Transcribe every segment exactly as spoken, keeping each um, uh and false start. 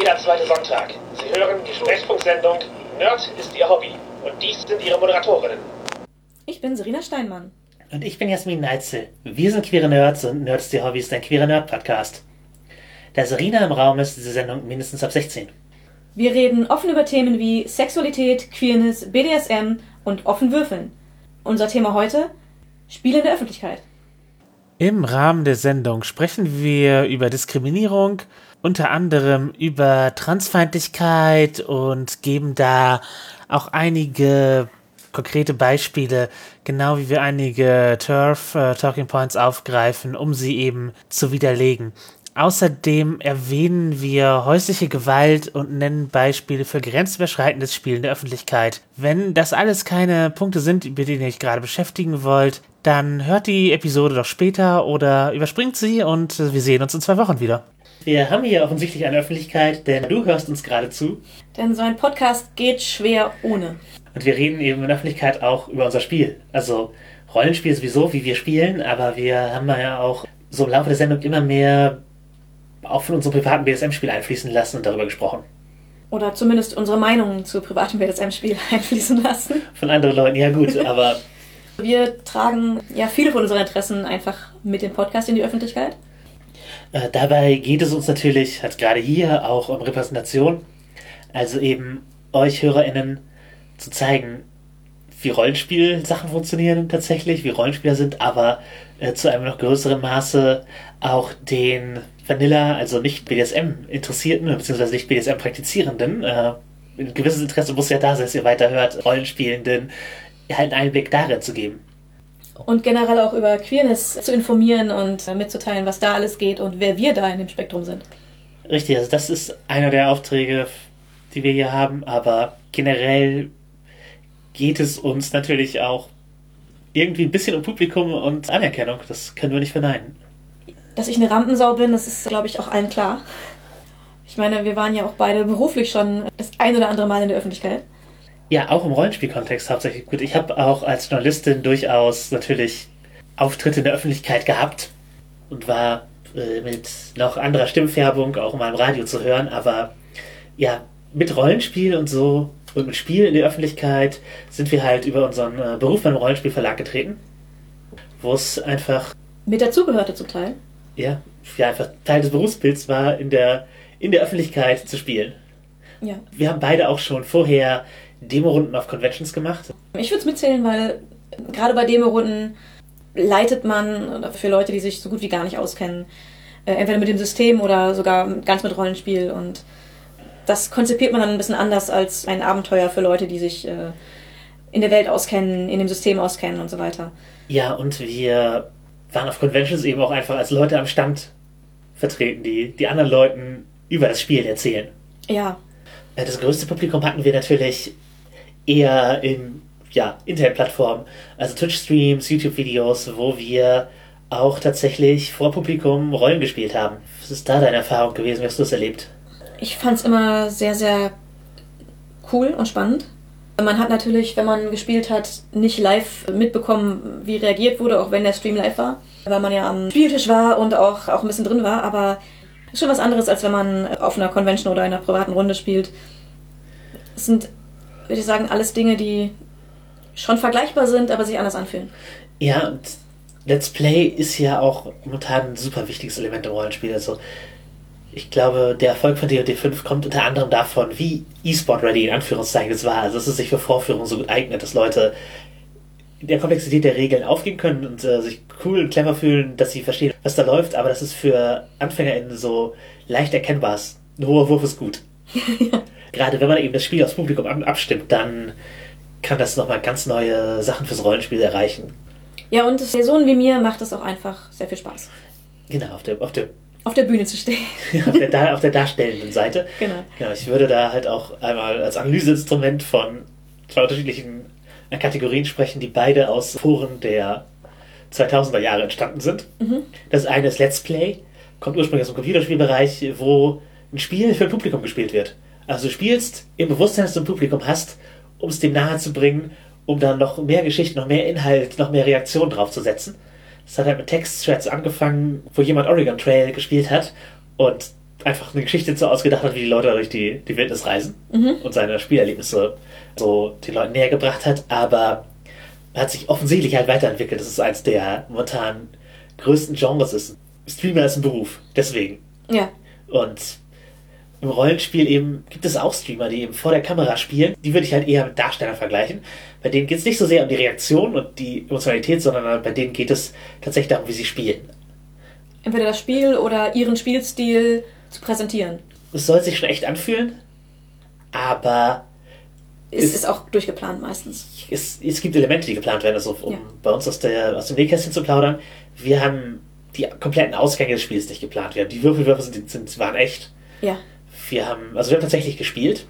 jeder zweite Sonntag. Sie hören die Sprechfunksendung Nerd ist Ihr Hobby. Und dies sind Ihre Moderatorinnen. Ich bin Serena Steinmann. Und ich bin Jasmin Neitzel. Wir sind Queere Nerds und Nerd ist Ihr Hobby ist ein queerer Nerd-Podcast. Da Serena im Raum ist, diese Sendung mindestens ab sechzehn. Wir reden offen über Themen wie Sexualität, Queerness, B D S M und offen würfeln. Unser Thema heute: Spiele in der Öffentlichkeit. Im Rahmen der Sendung sprechen wir über Diskriminierung, unter anderem über Transfeindlichkeit und geben da auch einige konkrete Beispiele, genau wie wir einige T E R F äh, Talking Points aufgreifen, um sie eben zu widerlegen. Außerdem erwähnen wir häusliche Gewalt und nennen Beispiele für grenzüberschreitendes Spiel in der Öffentlichkeit. Wenn das alles keine Punkte sind, über die ihr euch gerade beschäftigen wollt, dann hört die Episode doch später oder überspringt sie und wir sehen uns in zwei Wochen wieder. Wir haben hier offensichtlich eine Öffentlichkeit, denn du hörst uns gerade zu. Denn so ein Podcast geht schwer ohne. Und wir reden eben in der Öffentlichkeit auch über unser Spiel. Also Rollenspiel sowieso, wie wir spielen, aber wir haben ja auch so im Laufe der Sendung immer mehr auch von unserem privaten B D S M-Spiel einfließen lassen und darüber gesprochen. Oder zumindest unsere Meinungen zu privatem B D S M-Spiel einfließen lassen. Von anderen Leuten, ja gut, aber... Wir tragen ja viele von unseren Interessen einfach mit dem Podcast in die Öffentlichkeit. Äh, dabei geht es uns natürlich, halt gerade hier, auch um Repräsentation. Also eben euch HörerInnen zu zeigen, wie Rollenspielsachen funktionieren tatsächlich, wie Rollenspieler sind, aber äh, zu einem noch größeren Maße auch den Vanilla, also nicht B D S M-Interessierten, beziehungsweise nicht B D S M-Praktizierenden, äh, ein gewisses Interesse muss ja da sein, dass ihr weiterhört, Rollenspielenden halt einen Einblick darin zu geben. Und generell auch über Queerness zu informieren und mitzuteilen, was da alles geht und wer wir da in dem Spektrum sind. Richtig, also das ist einer der Aufträge, die wir hier haben, aber generell geht es uns natürlich auch irgendwie ein bisschen um Publikum und Anerkennung, das können wir nicht verneinen. Dass ich eine Rampensau bin, das ist, glaube ich, auch allen klar. Ich meine, wir waren ja auch beide beruflich schon das ein oder andere Mal in der Öffentlichkeit. Ja, auch im Rollenspielkontext hauptsächlich. Gut, ich habe auch als Journalistin durchaus natürlich Auftritte in der Öffentlichkeit gehabt und war äh, mit noch anderer Stimmfärbung auch mal im Radio zu hören, aber ja, mit Rollenspiel und so und mit Spiel in der Öffentlichkeit sind wir halt über unseren äh, Beruf beim Rollenspielverlag getreten, wo es einfach... Mit dazugehörte zum Teil. Ja, ja, einfach Teil des Berufsbilds war, in der, in der Öffentlichkeit zu spielen. Ja. Wir haben beide auch schon vorher Demo-Runden auf Conventions gemacht. Ich würde es mitzählen, weil gerade bei Demo-Runden leitet man, oder für Leute, die sich so gut wie gar nicht auskennen, äh, entweder mit dem System oder sogar ganz mit Rollenspiel, und das konzipiert man dann ein bisschen anders als ein Abenteuer für Leute, die sich äh, in der Welt auskennen, in dem System auskennen und so weiter. Ja, und wir waren auf Conventions eben auch einfach als Leute am Stand vertreten, die die anderen Leuten über das Spiel erzählen. Ja. Das größte Publikum hatten wir natürlich eher in ja, Internetplattformen, also Twitch-Streams, YouTube-Videos, wo wir auch tatsächlich vor Publikum Rollen gespielt haben. Was ist da deine Erfahrung gewesen? Wie hast du es erlebt? Ich fand es immer sehr, sehr cool und spannend. Man hat natürlich, wenn man gespielt hat, nicht live mitbekommen, wie reagiert wurde, auch wenn der Stream live war, weil man ja am Spieltisch war und auch, auch ein bisschen drin war, aber ist schon was anderes, als wenn man auf einer Convention oder in einer privaten Runde spielt. Es sind, würde ich sagen, alles Dinge, die schon vergleichbar sind, aber sich anders anfühlen. Ja, und Let's Play ist ja auch momentan ein super wichtiges Element im Rollenspiel. Also ich glaube, der Erfolg von D und D fünf kommt unter anderem davon, wie E-Sport-ready in Anführungszeichen es war. Also dass es sich für Vorführungen so gut eignet, dass Leute in der Komplexität der Regeln aufgehen können und äh, sich cool und clever fühlen, dass sie verstehen, was da läuft, aber das ist für AnfängerInnen so leicht erkennbar ist. Ein hoher Wurf ist gut. Ja. Gerade wenn man eben das Spiel aufs Publikum abstimmt, dann kann das nochmal ganz neue Sachen fürs Rollenspiel erreichen. Ja, und Personen wie mir macht es auch einfach sehr viel Spaß. Genau, auf der, auf der, auf der Bühne zu stehen. auf, der, auf der darstellenden Seite. Genau. Genau. Ich würde da halt auch einmal als Analyseinstrument von zwei unterschiedlichen Kategorien sprechen, die beide aus Foren der zweitausender Jahre entstanden sind. Mhm. Das eine ist Let's Play, kommt ursprünglich aus dem Computerspielbereich, wo ein Spiel für ein Publikum gespielt wird. Also du spielst im Bewusstsein, dass du ein Publikum hast, um es dem nahe zu bringen, um dann noch mehr Geschichte, noch mehr Inhalt, noch mehr Reaktion draufzusetzen. Das hat halt mit Text-Threads angefangen, wo jemand Oregon Trail gespielt hat und einfach eine Geschichte so ausgedacht hat, wie die Leute durch die, die Wildnis reisen mhm. und seine Spielerlebnisse so den Leuten näher gebracht hat, aber er hat sich offensichtlich halt weiterentwickelt. Das ist eins der momentan größten Genres ist. Streamer ist ein Beruf, deswegen. Ja. Und im Rollenspiel eben gibt es auch Streamer, die eben vor der Kamera spielen. Die würde ich halt eher mit Darstellern vergleichen. Bei denen geht es nicht so sehr um die Reaktion und die Emotionalität, sondern bei denen geht es tatsächlich darum, wie sie spielen. Entweder das Spiel oder ihren Spielstil zu präsentieren. Es soll sich schon echt anfühlen, aber es ist auch durchgeplant meistens. Es, es gibt Elemente, die geplant werden, also um ja. bei uns aus, der, aus dem Nähkästchen zu plaudern. Wir haben die kompletten Ausgänge des Spiels nicht geplant. Wir haben die Würfelwürfe sind, sind, waren echt. Ja. Wir haben, also wir haben tatsächlich gespielt,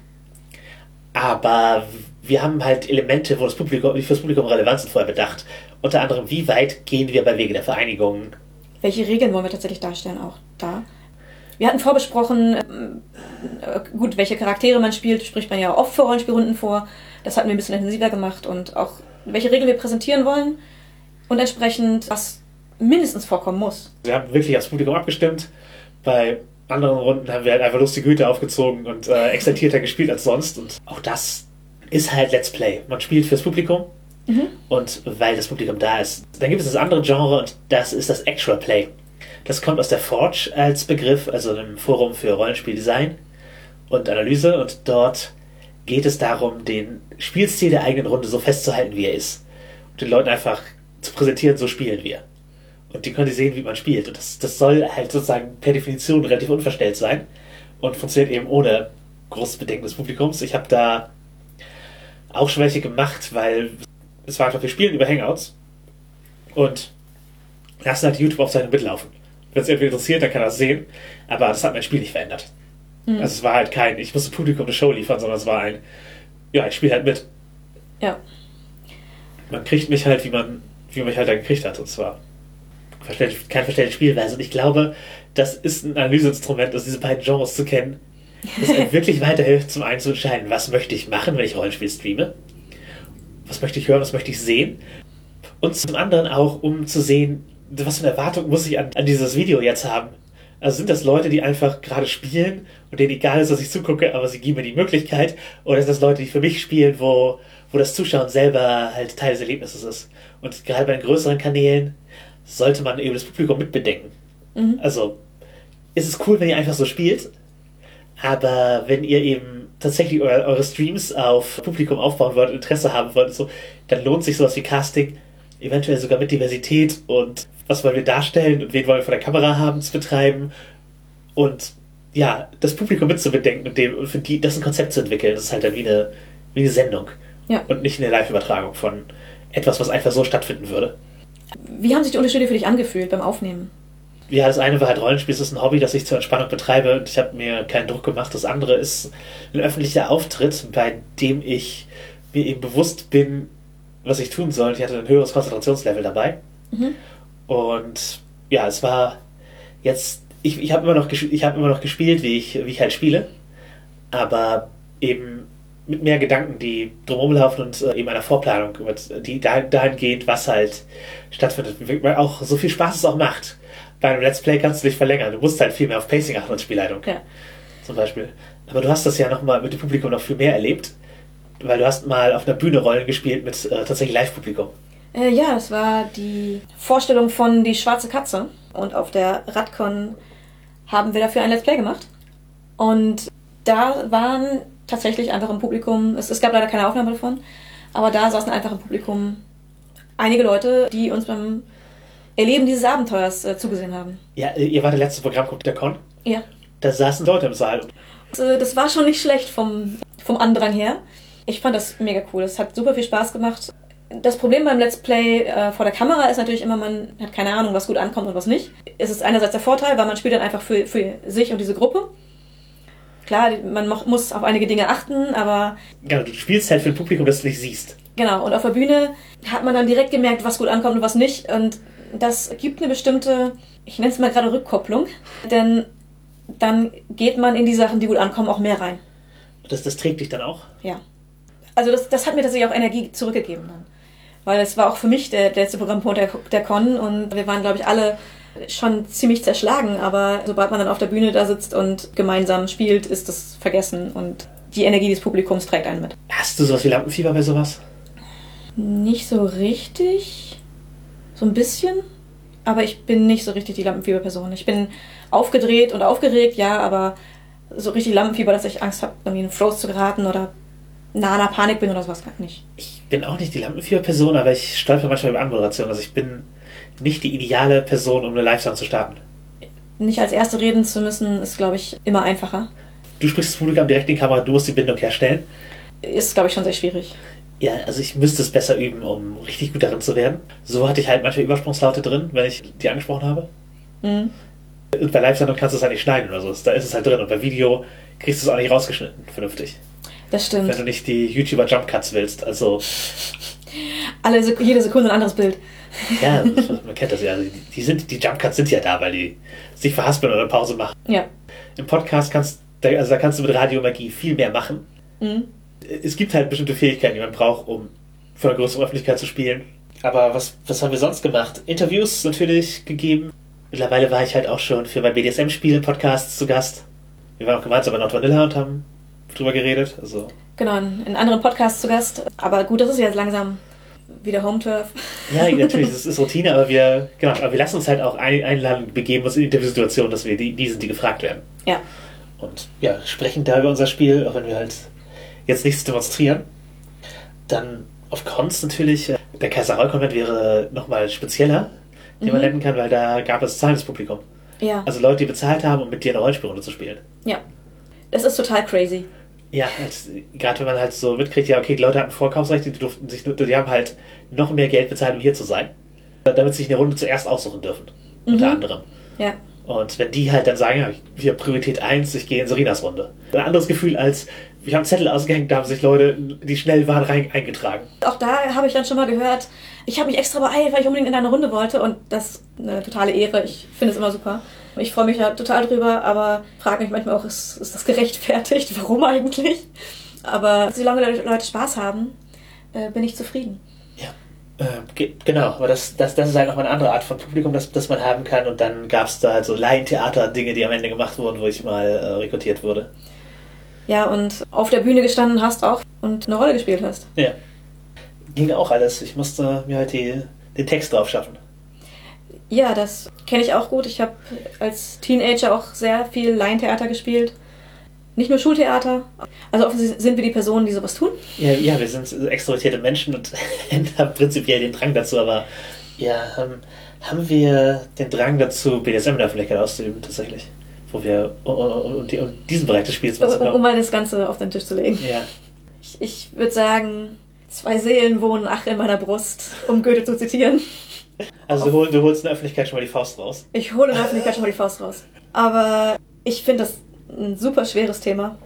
aber wir haben halt Elemente, wo das Publikum, die für das Publikum relevant sind, vorher bedacht. Unter anderem, wie weit gehen wir bei Wege der Vereinigung? Welche Regeln wollen wir tatsächlich darstellen auch da? Wir hatten vorbesprochen, äh, gut, welche Charaktere man spielt, spricht man ja oft für Rollenspielrunden vor. Das hatten wir ein bisschen intensiver gemacht und auch, welche Regeln wir präsentieren wollen und entsprechend, was mindestens vorkommen muss. Wir haben wirklich aufs Publikum abgestimmt. Bei anderen Runden haben wir halt einfach lustige Hüte aufgezogen und äh, exaltierter gespielt als sonst. Und auch das ist halt Let's Play. Man spielt fürs Publikum mhm. und weil das Publikum da ist. Dann gibt es das andere Genre und das ist das Actual Play. Das kommt aus der Forge als Begriff, also einem Forum für Rollenspieldesign und Analyse. Und dort geht es darum, den Spielstil der eigenen Runde so festzuhalten, wie er ist. Und den Leuten einfach zu präsentieren, so spielen wir. Und die können sehen, wie man spielt. Und das, das soll halt sozusagen per Definition relativ unverstellt sein und funktioniert eben ohne großes Bedenken des Publikums. Ich habe da auch schon welche gemacht, weil es war einfach, wir spielen über Hangouts und lassen halt die YouTube-Aufzeichnung mitlaufen. Wenn es irgendwie interessiert, dann kann er es sehen, aber das hat mein Spiel nicht verändert. Mhm. Also es war halt kein, ich musste Publikum eine Show liefern, sondern es war ein, ja, ich spiele halt mit. Ja. Man kriegt mich halt, wie man, wie man mich halt da gekriegt hat, und zwar keine verstellte Spielweise. Und ich glaube, das ist ein Analyseinstrument, also diese beiden Genres zu kennen, das einem wirklich weiterhilft, zum einen zu entscheiden, was möchte ich machen, wenn ich Rollenspiel streame, was möchte ich hören, was möchte ich sehen, und zum anderen auch, um zu sehen, was für eine Erwartung muss ich an, an dieses Video jetzt haben. Also sind das Leute, die einfach gerade spielen und denen egal ist, dass ich zugucke, aber sie geben mir die Möglichkeit, oder sind das Leute, die für mich spielen, wo, wo das Zuschauen selber halt Teil des Erlebnisses ist. Und gerade bei den größeren Kanälen sollte man eben das Publikum mitbedenken. Mhm. Also ist es cool, wenn ihr einfach so spielt, aber wenn ihr eben tatsächlich eure, eure Streams auf Publikum aufbauen wollt, Interesse haben wollt, so, dann lohnt sich sowas wie Casting, eventuell sogar mit Diversität und was wollen wir darstellen und wen wollen wir vor der Kamera haben, zu betreiben und ja, das Publikum mitzubedenken und, dem, und für die das ein Konzept zu entwickeln. Das ist halt dann wie eine, wie eine Sendung ja. und nicht eine Live-Übertragung von etwas, was einfach so stattfinden würde. Wie haben sich die Unterschiede für dich angefühlt beim Aufnehmen? Ja, das eine war halt Rollenspiel, das ist ein Hobby, das ich zur Entspannung betreibe und ich habe mir keinen Druck gemacht. Das andere ist ein öffentlicher Auftritt, bei dem ich mir eben bewusst bin, was ich tun soll. Ich hatte ein höheres Konzentrationslevel dabei. Mhm. Und ja, es war jetzt, ich, ich habe immer noch ich habe immer noch gespielt, wie ich, wie ich halt spiele, aber eben mit mehr Gedanken, die drumherum laufen und äh, eben einer Vorplanung, die dahin, dahingehend, was halt stattfindet, weil auch so viel Spaß es auch macht. Bei einem Let's Play kannst du dich verlängern, du musst halt viel mehr auf Pacing achten als Spielleitung. Ja. Zum Beispiel. Aber du hast das ja nochmal mit dem Publikum noch viel mehr erlebt, weil du hast mal auf einer Bühne Rollen gespielt mit äh, tatsächlich Live-Publikum. Äh, ja, das war die Vorstellung von Die Schwarze Katze und auf der Radcon haben wir dafür ein Let's Play gemacht und da waren tatsächlich einfach im Publikum, es, es gab leider keine Aufnahme davon, aber da saßen einfach im Publikum einige Leute, die uns beim Erleben dieses Abenteuers äh, zugesehen haben. Ja, ihr wart der letzte Programmpunkt der Con? Ja. Da saßen Leute im Saal. Also, das war schon nicht schlecht vom, vom Andrang her. Ich fand das mega cool, es hat super viel Spaß gemacht. Das Problem beim Let's Play äh, vor der Kamera ist natürlich immer, man hat keine Ahnung, was gut ankommt und was nicht. Es ist einerseits der Vorteil, weil man spielt dann einfach für, für sich und diese Gruppe. Klar, man muss auf einige Dinge achten, aber... Genau, du spielst halt für ein Publikum, das du nicht siehst. Genau, und auf der Bühne hat man dann direkt gemerkt, was gut ankommt und was nicht. Und das gibt eine bestimmte, ich nenne es mal gerade Rückkopplung, denn dann geht man in die Sachen, die gut ankommen, auch mehr rein. Das, das trägt dich dann auch? Ja. Also das, das hat mir tatsächlich auch Energie zurückgegeben dann. Weil es war auch für mich der, der letzte Programmpunkt der, der Con und wir waren, glaube ich, alle schon ziemlich zerschlagen, aber sobald man dann auf der Bühne da sitzt und gemeinsam spielt, ist das vergessen und die Energie des Publikums trägt einen mit. Hast du sowas wie Lampenfieber bei sowas? Nicht so richtig, so ein bisschen, aber ich bin nicht so richtig die Lampenfieber-Person. Ich bin aufgedreht und aufgeregt, ja, aber so richtig Lampenfieber, dass ich Angst habe, irgendwie in Froze zu geraten oder nah an der Panik bin oder sowas, gar nicht. Ich bin auch nicht die Lampenfieber-Person, aber ich stolper manchmal über Anmoderation. Also ich bin nicht die ideale Person, um eine Live-Sound zu starten. Nicht als Erste reden zu müssen, ist, glaube ich, immer einfacher. Du sprichst das Publikum direkt in die Kamera, du musst die Bindung herstellen. Ist, glaube ich, schon sehr schwierig. Ja, also ich müsste es besser üben, um richtig gut darin zu werden. So hatte ich halt manchmal Übersprungslaute drin, wenn ich die angesprochen habe. Mhm. Und bei Live-Sendung kannst du es halt nicht schneiden oder so. Da ist es halt drin. Und bei Video kriegst du es auch nicht rausgeschnitten, vernünftig. Das stimmt. Wenn du nicht die YouTuber-Jump-Cuts willst. Also, Alle Sek- jede Sekunde ein anderes Bild. ja, man kennt das ja. Die, die, sind, die Jump-Cuts sind ja da, weil die sich verhaspeln oder eine Pause machen. Ja. Im Podcast kannst da, also da kannst du mit Radiomagie viel mehr machen. Mhm. Es gibt halt bestimmte Fähigkeiten, die man braucht, um vor einer größeren Öffentlichkeit zu spielen. Aber was, was haben wir sonst gemacht? Interviews natürlich gegeben. Mittlerweile war ich halt auch schon für mein B D S M-Spiel in Podcasts zu Gast. Wir waren auch gemeinsam bei Not Vanilla und haben drüber geredet. Also Genau, in, in anderen Podcasts zu Gast. Aber gut, das ist jetzt langsam wieder Home-Turf. ja, natürlich, das ist Routine, aber wir, genau, aber wir lassen uns halt auch ein, einladen, begeben uns in die Interviewsituation, dass wir die, die sind, die gefragt werden. Ja. Und ja, sprechen da über unser Spiel, auch wenn wir halt jetzt nichts demonstrieren. Dann auf Cons natürlich, äh, der Kaiserau-Konvent wäre nochmal spezieller, den mhm. man nennen kann, weil da gab es zahlendes Publikum. Ja. Also Leute, die bezahlt haben, um mit dir eine Rollenspielrunde zu spielen. Ja. Das ist total crazy. Ja, als, gerade wenn man halt so mitkriegt, ja okay, die Leute hatten Vorkaufsrechte, die durften sich, die haben halt noch mehr Geld bezahlt, um hier zu sein, damit sie sich eine Runde zuerst aussuchen dürfen, mhm. unter anderem. Ja. Und wenn die halt dann sagen, ja, wir haben Priorität eins, ich gehe in Serinas Runde. Ein anderes Gefühl als, wir haben Zettel ausgehängt, da haben sich Leute, die schnell waren, rein, eingetragen. Auch da habe ich dann schon mal gehört, ich habe mich extra beeilt, weil ich unbedingt in eine Runde wollte und das ist eine totale Ehre, ich finde es immer super. Ich freue mich ja total drüber, aber frage mich manchmal auch, ist, ist das gerechtfertigt? Warum eigentlich? Aber solange Leute Spaß haben, äh, bin ich zufrieden. Ja, äh, ge- genau. Aber das, das, das ist halt nochmal eine andere Art von Publikum, das, das man haben kann. Und dann gab es da halt so Laientheater-Dinge, die am Ende gemacht wurden, wo ich mal äh, rekrutiert wurde. Ja, und auf der Bühne gestanden hast auch und eine Rolle gespielt hast. Ja. Ging auch alles. Ich musste mir halt die, den Text drauf schaffen. Ja, das kenne ich auch gut. Ich habe als Teenager auch sehr viel Laientheater gespielt. Nicht nur Schultheater. Also offensichtlich sind wir die Personen, die sowas tun. Ja, ja, wir sind extrovertierte Menschen und haben prinzipiell den Drang dazu, aber ja, haben, haben wir den Drang dazu, B D S M in der Öffentlichkeit auszuüben, tatsächlich. Wo wir, um, um, um, um diesen Bereich des Spiels um, um, um mal das Ganze auf den Tisch zu legen. Ja. Ich, ich würde sagen, zwei Seelen wohnen ach in meiner Brust, um Goethe zu zitieren. Also du, hol, du holst in der Öffentlichkeit schon mal die Faust raus. Ich hole in der Öffentlichkeit schon mal die Faust raus. Aber ich finde das ein super schweres Thema.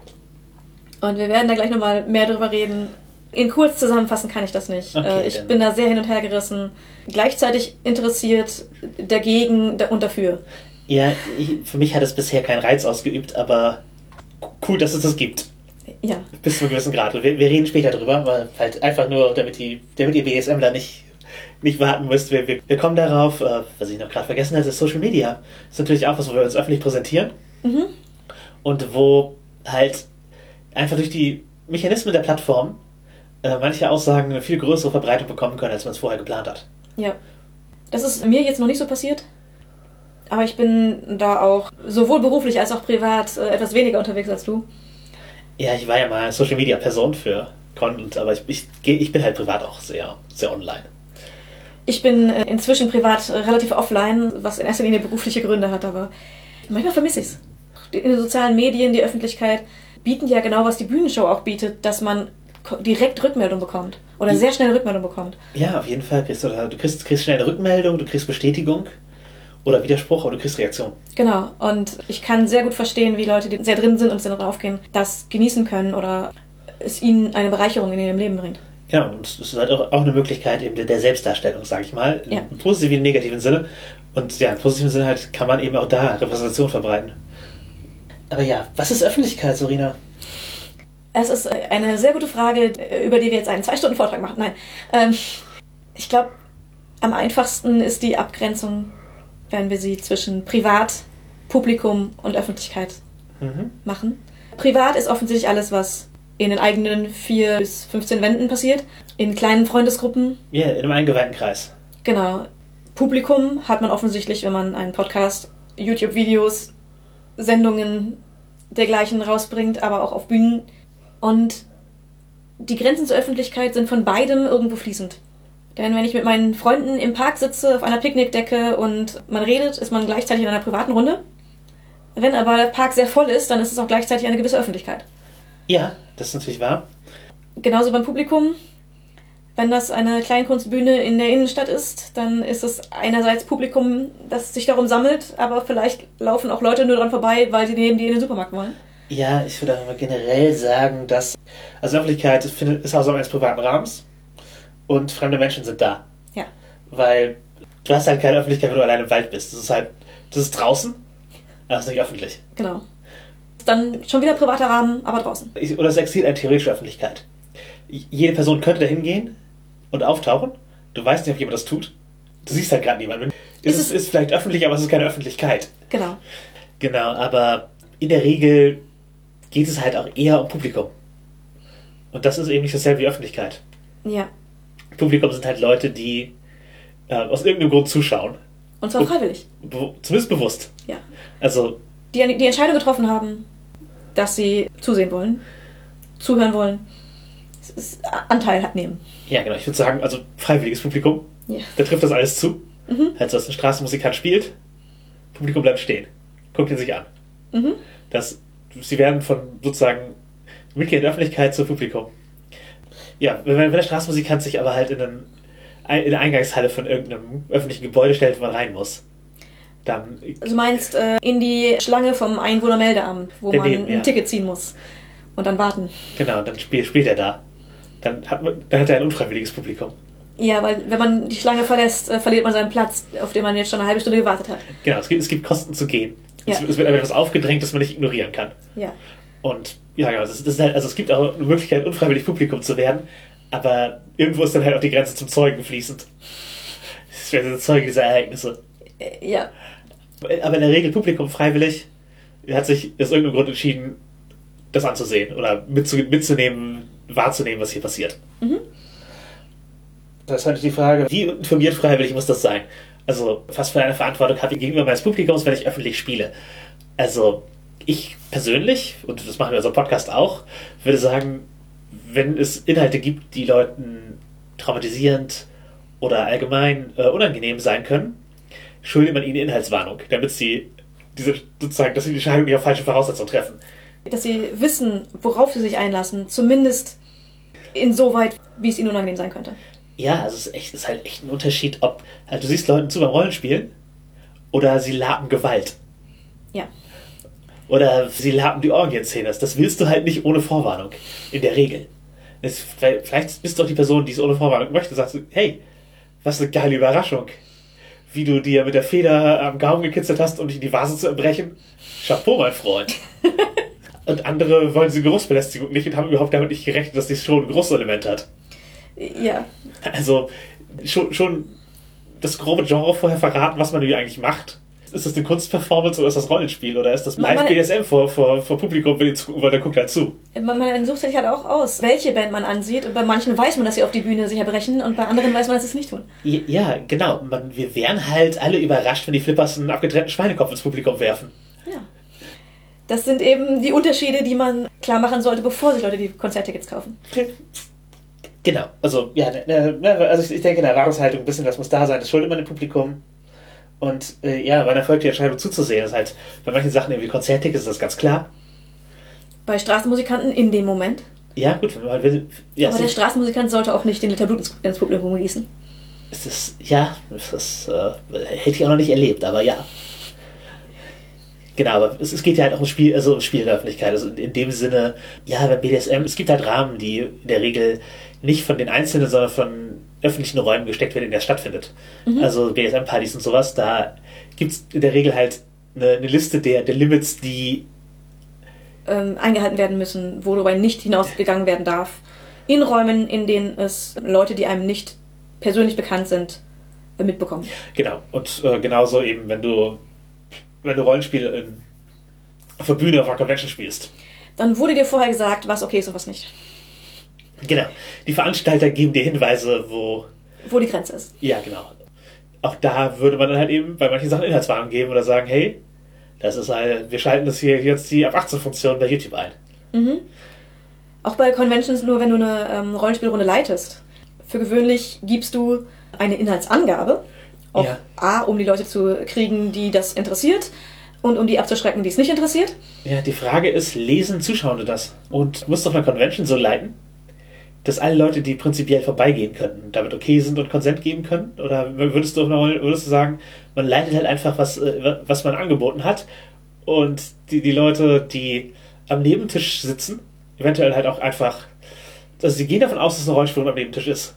Und wir werden da gleich nochmal mehr drüber reden. In kurz zusammenfassen kann ich das nicht. Okay, ich dann. bin da sehr hin und her gerissen. Gleichzeitig interessiert, dagegen und dafür. Ja, ich, für mich hat es bisher keinen Reiz ausgeübt, aber cool, dass es das gibt. Ja. Bis zu einem gewissen Grad. Wir, wir reden später drüber, weil halt einfach nur, damit, die, damit ihr B D S M da nicht, nicht warten müsst. Wir, wir, wir kommen darauf, äh, was ich noch gerade vergessen hatte, ist Social Media. Das ist natürlich auch was, wo wir uns öffentlich präsentieren. Mhm. Und wo halt einfach durch die Mechanismen der Plattform äh, manche Aussagen eine viel größere Verbreitung bekommen können, als man es vorher geplant hat. Ja. Das ist mir jetzt noch nicht so passiert. Aber ich bin da auch sowohl beruflich als auch privat äh, etwas weniger unterwegs als du. Ja, ich war ja mal Social Media Person für Content, aber ich, ich, ich bin halt privat auch sehr, sehr online. Ich bin äh, inzwischen privat äh, relativ offline, was in erster Linie berufliche Gründe hat, aber manchmal vermisse ich es. In den sozialen Medien, die Öffentlichkeit bieten ja genau, was die Bühnenshow auch bietet, dass man direkt Rückmeldung bekommt oder sehr schnell Rückmeldung bekommt. Ja, auf jeden Fall. Du kriegst, kriegst schnell eine Rückmeldung, du kriegst Bestätigung oder Widerspruch oder du kriegst Reaktion. Genau, und ich kann sehr gut verstehen, wie Leute, die sehr drin sind und sehr drauf gehen, das genießen können oder es ihnen eine Bereicherung in ihrem Leben bringt. Ja, und es ist halt auch, auch eine Möglichkeit eben der Selbstdarstellung, sage ich mal, ja. im positiven wie im negativen Sinne. Und ja, im positiven Sinne halt kann man eben auch da Repräsentation verbreiten. Aber ja, was ist Öffentlichkeit, Sorina? Es ist eine sehr gute Frage, über die wir jetzt einen Zwei-Stunden-Vortrag machen. Nein, ähm, ich glaube, am einfachsten ist die Abgrenzung werden wir sie zwischen Privat, Publikum und Öffentlichkeit Mhm. machen. Privat ist offensichtlich alles, was in den eigenen vier bis fünfzehn Wänden passiert, in kleinen Freundesgruppen. Ja, in einem eingeweihten Kreis. Genau. Publikum hat man offensichtlich, wenn man einen Podcast, YouTube-Videos, Sendungen dergleichen rausbringt, aber auch auf Bühnen. Und die Grenzen zur Öffentlichkeit sind von beidem irgendwo fließend. Denn wenn ich mit meinen Freunden im Park sitze, auf einer Picknickdecke und man redet, ist man gleichzeitig in einer privaten Runde. Wenn aber der Park sehr voll ist, dann ist es auch gleichzeitig eine gewisse Öffentlichkeit. Ja, das ist natürlich wahr. Genauso beim Publikum. Wenn das eine Kleinkunstbühne in der Innenstadt ist, dann ist es einerseits Publikum, das sich darum sammelt, aber vielleicht laufen auch Leute nur dran vorbei, weil sie neben die in den Supermarkt wollen. Ja, ich würde aber generell sagen, dass also Öffentlichkeit findet, ist außerhalb eines privaten Rahmens und fremde Menschen sind da. Ja. Weil du hast halt keine Öffentlichkeit, wenn du allein im Wald bist. Das ist halt, das ist draußen, aber das ist nicht öffentlich. Genau. Dann schon wieder privater Rahmen, aber draußen. Ich, oder es existiert eine theoretische Öffentlichkeit. Jede Person könnte da hingehen und auftauchen. Du weißt nicht, ob jemand das tut. Du siehst halt gerade niemanden. Es ist, ist vielleicht öffentlich, aber es ist keine Öffentlichkeit. Genau. Genau, aber in der Regel geht es halt auch eher um Publikum. Und das ist eben nicht dasselbe wie Öffentlichkeit. Ja. Publikum sind halt Leute, die äh, aus irgendeinem Grund zuschauen. Und zwar freiwillig. Be- zumindest bewusst. Ja. Also, Die die Entscheidung getroffen haben, dass sie zusehen wollen, zuhören wollen. Es ist Anteil hat nehmen. ja genau, ich würde sagen, also freiwilliges Publikum, Ja. da trifft das alles zu. Mhm. Also, dass ein Straßenmusikant spielt, Publikum bleibt stehen. Guckt ihn sich an. Mhm. Das, sie werden von sozusagen Mitglied der Öffentlichkeit zu Publikum. Ja, wenn, wenn der Straßenmusikant sich aber halt in, einen, in eine Eingangshalle von irgendeinem öffentlichen Gebäude stellt, wo man rein muss, dann... Also du meinst äh, in die Schlange vom Einwohnermeldeamt, wo Daneben, man ein ja. Ticket ziehen muss und dann warten. Genau, dann spielt, spielt er da. Dann hat, man, dann hat er ein unfreiwilliges Publikum. Ja, weil wenn man die Schlange verlässt, äh, verliert man seinen Platz, auf den man jetzt schon eine halbe Stunde gewartet hat. Genau, es gibt, es gibt Kosten zu gehen. Ja. Es, es wird aber etwas aufgedrängt, das man nicht ignorieren kann. Ja. Und ja, genau, das, ist- das ist halt, also es gibt auch eine Möglichkeit, unfreiwillig Publikum zu werden, aber irgendwo ist dann halt auch die Grenze zum Zeugen fließend. Das wäre der Zeuge dieser Ereignisse. Äh, ja. Aber in der Regel Publikum freiwillig hat sich aus irgendeinem Grund entschieden, das anzusehen oder mitzu, mitzunehmen, wahrzunehmen, was hier passiert. Mhm. Das ist halt die Frage, wie informiert freiwillig muss das sein? Also, was für eine Verantwortung habe ich gegenüber meines Publikums, wenn ich öffentlich spiele? Also, ich persönlich, und das machen wir in unserem Podcast auch, würde sagen, wenn es Inhalte gibt, die Leuten traumatisierend oder allgemein äh, unangenehm sein können, schuldet man ihnen Inhaltswarnung, damit sie diese sozusagen, dass sie die Entscheidung nicht auf falsche Voraussetzungen treffen. Dass sie wissen, worauf sie sich einlassen, zumindest insoweit, wie es ihnen unangenehm sein könnte. Ja, also es ist, echt, es ist halt echt ein Unterschied, ob halt, du siehst Leuten zu beim Rollenspielen oder sie lapen Gewalt. Ja. Oder sie lapen die Orgienszene. Das willst du halt nicht ohne Vorwarnung. In der Regel. Das, vielleicht bist du auch die Person, die es ohne Vorwarnung möchte. Sagst du, hey, was eine geile Überraschung. Wie du dir mit der Feder am Gaumen gekitzelt hast, um dich in die Vase zu erbrechen. Chapeau, mein Freund. Und andere wollen diese Geruchsbelästigung nicht und haben überhaupt damit nicht gerechnet, dass die schon ein Geruchselement hat. Ja. Also schon, schon das grobe Genre vorher verraten, was man hier eigentlich macht. Ist das eine Kunstperformance oder ist das Rollenspiel? Oder ist das Live-B D S M vor, vor, vor Publikum, wenn die zugucken, weil der guckt halt zu? Man, man sucht sich halt auch aus, welche Band man ansieht. Und bei manchen weiß man, dass sie auf die Bühne sich erbrechen und bei anderen weiß man, dass sie es nicht tun. Ja, genau. Man, wir wären halt alle überrascht, wenn die Flippers einen abgetrennten Schweinekopf ins Publikum werfen. Ja. Das sind eben die Unterschiede, die man klar machen sollte, bevor sich Leute die Konzerttickets kaufen. Genau. Also, ja, ne, ne, also ich, ich denke, in der Erwartungshaltung ein bisschen, das muss da sein, das schuldet man dem Publikum. Und äh, ja, wann erfolgt die Entscheidung zuzusehen? Das ist halt, bei manchen Sachen, wie Konzerttickets, ist das ganz klar. Bei Straßenmusikanten in dem Moment. Ja, gut, wenn man will. Ja, Aber der Straßenmusikant sollte auch nicht den Liter Blut ins, ins Publikum gießen. Es ist, ja, das ist, äh, hätte ich auch noch nicht erlebt, aber ja. Genau, aber es, es geht ja halt auch um Spiel, also um Spiel in der Öffentlichkeit. Also in, in dem Sinne, ja, beim B D S M, es gibt halt Rahmen, die in der Regel nicht von den Einzelnen, sondern von öffentlichen Räumen gesteckt werden, in der stattfindet. Mhm. Also B D S M-Partys und sowas, da gibt es in der Regel halt eine, eine Liste der, der Limits, die ähm, eingehalten werden müssen, worüber nicht hinausgegangen werden darf. In Räumen, in denen es Leute, die einem nicht persönlich bekannt sind, mitbekommen. Genau. Und äh, genauso eben, wenn du, wenn du Rollenspiele in, auf der Bühne, auf einer Convention spielst. Dann wurde dir vorher gesagt, was okay ist und was nicht. Genau. Die Veranstalter geben dir Hinweise, wo... Wo die Grenze ist. Ja, genau. Auch da würde man dann halt eben bei manchen Sachen Inhaltswarnung geben oder sagen, hey, das ist halt, wir schalten das hier jetzt die ab achtzehn Funktion bei YouTube ein. Mhm. Auch bei Conventions nur, wenn du eine ähm, Rollenspielrunde leitest. Für gewöhnlich gibst du eine Inhaltsangabe. Auch Ja. A, um die Leute zu kriegen, die das interessiert, und um die abzuschrecken, die es nicht interessiert. Ja, die Frage ist, lesen Zuschauende das? Und musst du auf einer Convention so leiten, dass alle Leute, die prinzipiell vorbeigehen könnten, damit okay sind und Konsent geben können? Oder würdest du, würdest du sagen, man leitet halt einfach, was, äh, was man angeboten hat, und die, die Leute, die am Nebentisch sitzen, eventuell halt auch einfach, also sie gehen davon aus, dass eine Rollenspielrunde am Nebentisch ist.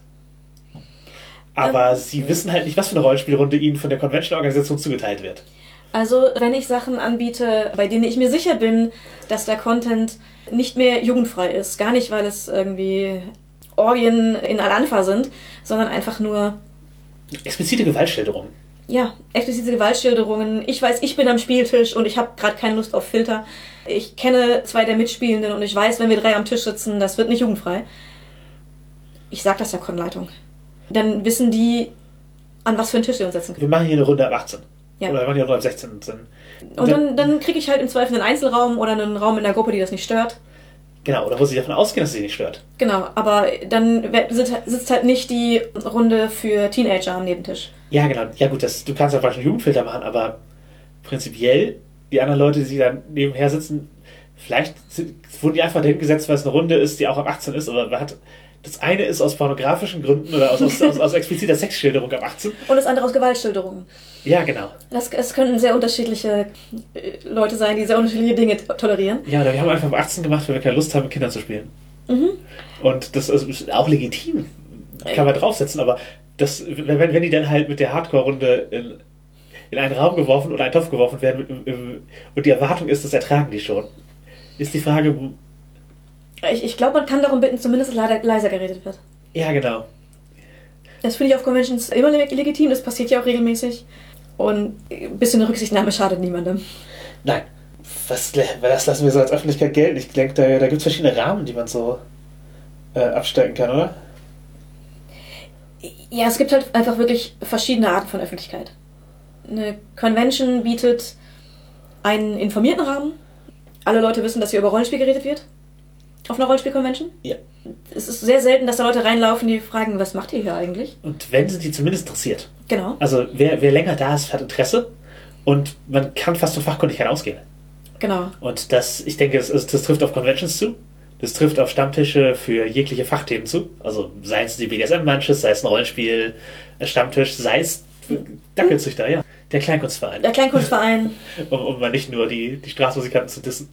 Aber Ähm, sie wissen halt nicht, was für eine Rollenspielrunde ihnen von der Convention-Organisation zugeteilt wird. Also, wenn ich Sachen anbiete, bei denen ich mir sicher bin, dass der Content nicht mehr jugendfrei ist, gar nicht, weil es irgendwie Orgien in Al-Anfa sind, sondern einfach nur, Explizite Gewaltschilderungen. ja, explizite Gewaltschilderungen. Ich weiß, ich bin am Spieltisch und ich habe gerade keine Lust auf Filter. Ich kenne zwei der Mitspielenden und ich weiß, wenn wir drei am Tisch sitzen, das wird nicht jugendfrei. Ich sag das der Con-Leitung. Dann wissen die, an was für einen Tisch sie uns setzen können. Wir machen hier eine Runde ab achtzehn. Ja. Oder wir machen hier eine Runde ab sechzehn. Dann, Und dann, dann kriege ich halt im Zweifel einen Einzelraum oder einen Raum in der Gruppe, die das nicht stört. Genau, oder wo sie davon ausgehen, dass sie nicht stört. Genau, aber dann sitzt halt nicht die Runde für Teenager am Nebentisch. Ja, genau. Ja gut, das, du kannst ja vielleicht einen Jugendfilter machen, aber prinzipiell, die anderen Leute, die da nebenher sitzen, vielleicht sind, wurden die einfach dahin gesetzt, weil es eine Runde ist, die auch ab achtzehn ist, aber man hat, das eine ist aus pornografischen Gründen oder aus, aus, aus, aus expliziter Sexschilderung ab achtzehn. Und das andere aus Gewaltschilderungen. Ja, genau. Das, es können sehr unterschiedliche äh, Leute sein, die sehr unterschiedliche Dinge tolerieren. Ja, oder wir haben einfach ab achtzehn gemacht, weil wir keine Lust haben, mit Kindern zu spielen. Mhm. Und das ist auch legitim. Kann man draufsetzen, aber das, wenn, wenn die dann halt mit der Hardcore-Runde in, in einen Raum geworfen oder einen Topf geworfen werden im, im, und die Erwartung ist, das ertragen die schon, ist die Frage, Ich, ich glaube, man kann darum bitten, zumindest dass leider leiser geredet wird. ja genau. Das finde ich auf Conventions immer leg- legitim, das passiert ja auch regelmäßig. Und ein bisschen Rücksichtnahme schadet niemandem. Nein, was, das lassen wir so als Öffentlichkeit gelten. Ich denke, da, da gibt es verschiedene Rahmen, die man so äh, abstecken kann, oder? Ja, es gibt halt einfach wirklich verschiedene Arten von Öffentlichkeit. Eine Convention bietet einen informierten Rahmen. Alle Leute wissen, dass hier über Rollenspiel geredet wird. Auf einer Rollenspiel-Convention. Ja. Es ist sehr selten, dass da Leute reinlaufen, die fragen, was macht ihr hier eigentlich? Und wenn, sind die zumindest interessiert. Genau. Also wer, wer länger da ist, hat Interesse und man kann fast von Fachkundigkeit ausgehen. Genau. Und das, ich denke, das, das trifft auf Conventions zu. Das trifft auf Stammtische für jegliche Fachthemen zu. Also sei es die B D S M-Lunches, sei es ein Rollenspiel-Stammtisch, sei es Dackelzüchter, ja. Der Kleinkunstverein. Der Kleinkunstverein. um, um mal nicht nur die, die Straßenmusikanten zu dissen.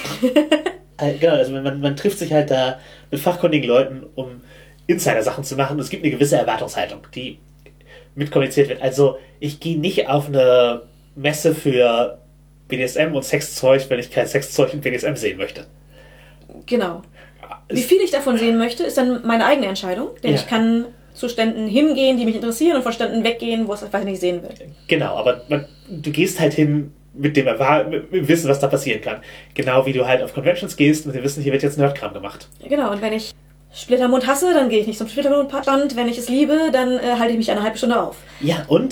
äh, genau, also man, man trifft sich halt da mit fachkundigen Leuten, um Insider-Sachen zu machen. Und es gibt eine gewisse Erwartungshaltung, die mitkommuniziert wird. Also ich gehe nicht auf eine Messe für B D S M und Sexzeug, wenn ich kein Sexzeug in B D S M sehen möchte. Genau. Wie viel ich davon sehen möchte, ist dann meine eigene Entscheidung. Denn Ja. ich kann zu Ständen hingehen, die mich interessieren, und von Ständen weggehen, wo es einfach nicht sehen will. Genau, aber man, du gehst halt hin mit dem, Erwar- mit dem Wissen, was da passieren kann. Genau wie du halt auf Conventions gehst mit dem Wissen, hier wird jetzt Nerdkram gemacht. Genau, und wenn ich Splittermond hasse, dann gehe ich nicht zum Splittermond-Stand. Wenn ich es liebe, dann äh, halte ich mich eine halbe Stunde auf. Ja, und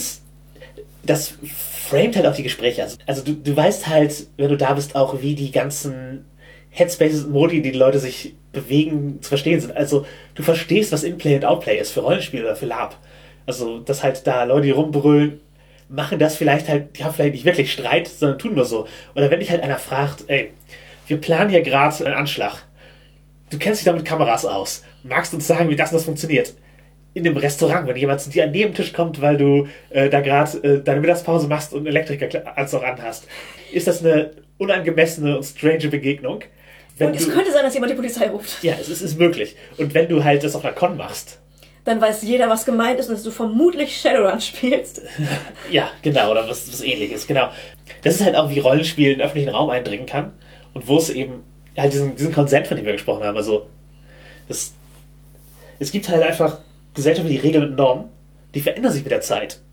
das framet halt auch die Gespräche. Also, also du, du weißt halt, wenn du da bist, auch wie die ganzen Headspaces und Modi, die die Leute sich bewegen, zu verstehen sind. Also du verstehst, was Inplay und Outplay ist für Rollenspiel oder für LARP. Also, dass halt da Leute, die rumbrüllen, machen das vielleicht halt, die haben vielleicht nicht wirklich Streit, sondern tun nur so. Oder wenn dich halt einer fragt, ey, wir planen hier gerade einen Anschlag. Du kennst dich da mit Kameras aus. Magst du uns sagen, wie das und das funktioniert? In dem Restaurant, wenn jemand zu dir an den Nebentisch kommt, weil du äh, da gerade äh, deine Mittagspause machst und einen Elektriker-Anzug anhast, ist das eine unangemessene und strange Begegnung? Wenn Und es du, könnte sein, dass jemand die Polizei ruft. ja, es ist, ist möglich. Und wenn du halt das auf einer Con machst, Dann weiß jeder, was gemeint ist und dass du vermutlich Shadowrun spielst. ja, genau, oder was, was ähnliches, genau. Das ist halt auch, wie Rollenspiel in den öffentlichen Raum eindringen kann und wo es eben halt diesen, diesen Konsent, von dem wir gesprochen haben, also das, es gibt halt einfach gesellschaftliche Regeln und Normen, die verändern sich mit der Zeit.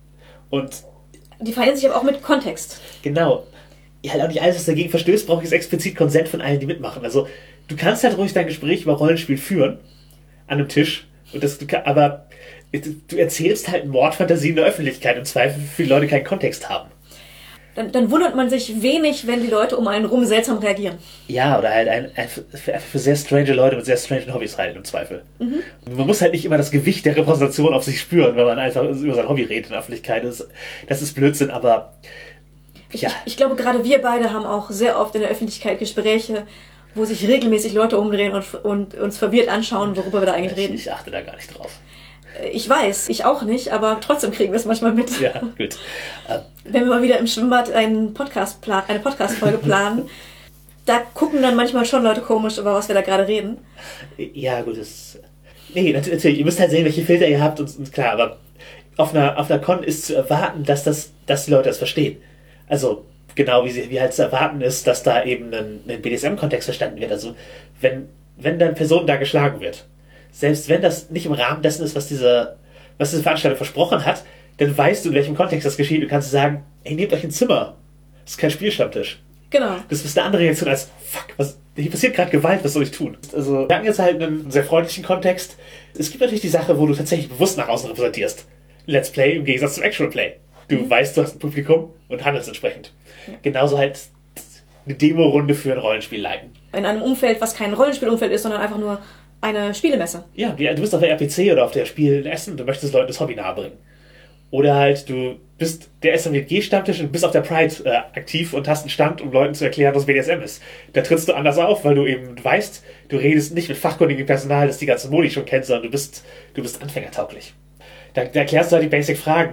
Und Die verhalten sich aber auch mit Kontext. genau, ja, halt auch nicht alles, was dagegen verstößt, braucht jetzt explizit Konsent von allen, die mitmachen. Also du kannst halt ruhig dein Gespräch über Rollenspiel führen, an einem Tisch, und das, du kann, aber du erzählst halt Mordfantasien in der Öffentlichkeit, im Zweifel für die Leute keinen Kontext haben. Dann, dann wundert man sich wenig, wenn die Leute um einen rum seltsam reagieren. Ja, oder halt ein, ein, für, für sehr strange Leute mit sehr strangen Hobbys halten, im Zweifel. Mhm. Man muss halt nicht immer das Gewicht der Repräsentation auf sich spüren, wenn man einfach über sein Hobby redet in der Öffentlichkeit. Das, das ist Blödsinn, aber ja. Ich, ich glaube, gerade wir beide haben auch sehr oft in der Öffentlichkeit Gespräche, wo sich regelmäßig Leute umdrehen und, und uns verwirrt anschauen, worüber wir da eigentlich ich, reden. Ich achte da gar nicht drauf. Ich weiß, ich auch nicht, aber trotzdem kriegen wir es manchmal mit. Ja, gut. Wenn wir mal wieder im Schwimmbad einen Podcast plan- eine Podcast-Folge planen, da gucken dann manchmal schon Leute komisch, über was wir da gerade reden. Ja, gut, das... Nee, natürlich, ihr müsst halt sehen, welche Filter ihr habt und, und klar, aber auf einer, auf einer Con ist zu erwarten, dass, das, dass die Leute das verstehen. Also, genau wie, sie, wie halt zu erwarten ist, dass da eben ein, ein B D S M-Kontext verstanden wird. Also, wenn, wenn dann Person da geschlagen wird, selbst wenn das nicht im Rahmen dessen ist, was diese, was diese Veranstaltung versprochen hat, dann weißt du, in welchem Kontext das geschieht und kannst sagen, ey, nehmt euch ein Zimmer. Das ist kein Spielstammtisch. Genau. Das ist eine andere Reaktion als, fuck, was, hier passiert gerade Gewalt, was soll ich tun? Also, wir hatten jetzt halt einen sehr freundlichen Kontext. Es gibt natürlich die Sache, wo du tatsächlich bewusst nach außen repräsentierst. Let's Play im Gegensatz zum Actual Play. Du mhm. weißt, du hast ein Publikum und handelst entsprechend. Ja. Genauso halt eine Demo-Runde für ein Rollenspiel leiten. In einem Umfeld, was kein Rollenspielumfeld ist, sondern einfach nur eine Spielemesse. Ja, du bist auf der R P C oder auf der Spiel in Essen, du möchtest Leuten das Hobby nahebringen. Oder halt, du bist der S M W G-Stammtisch und bist auf der Pride äh, aktiv und hast einen Stand, um Leuten zu erklären, was B D S M ist. Da trittst du anders auf, weil du eben weißt, du redest nicht mit fachkundigem Personal, das die ganze Modi schon kennt, sondern du bist, du bist anfängertauglich. Da, da erklärst du halt die Basic-Fragen.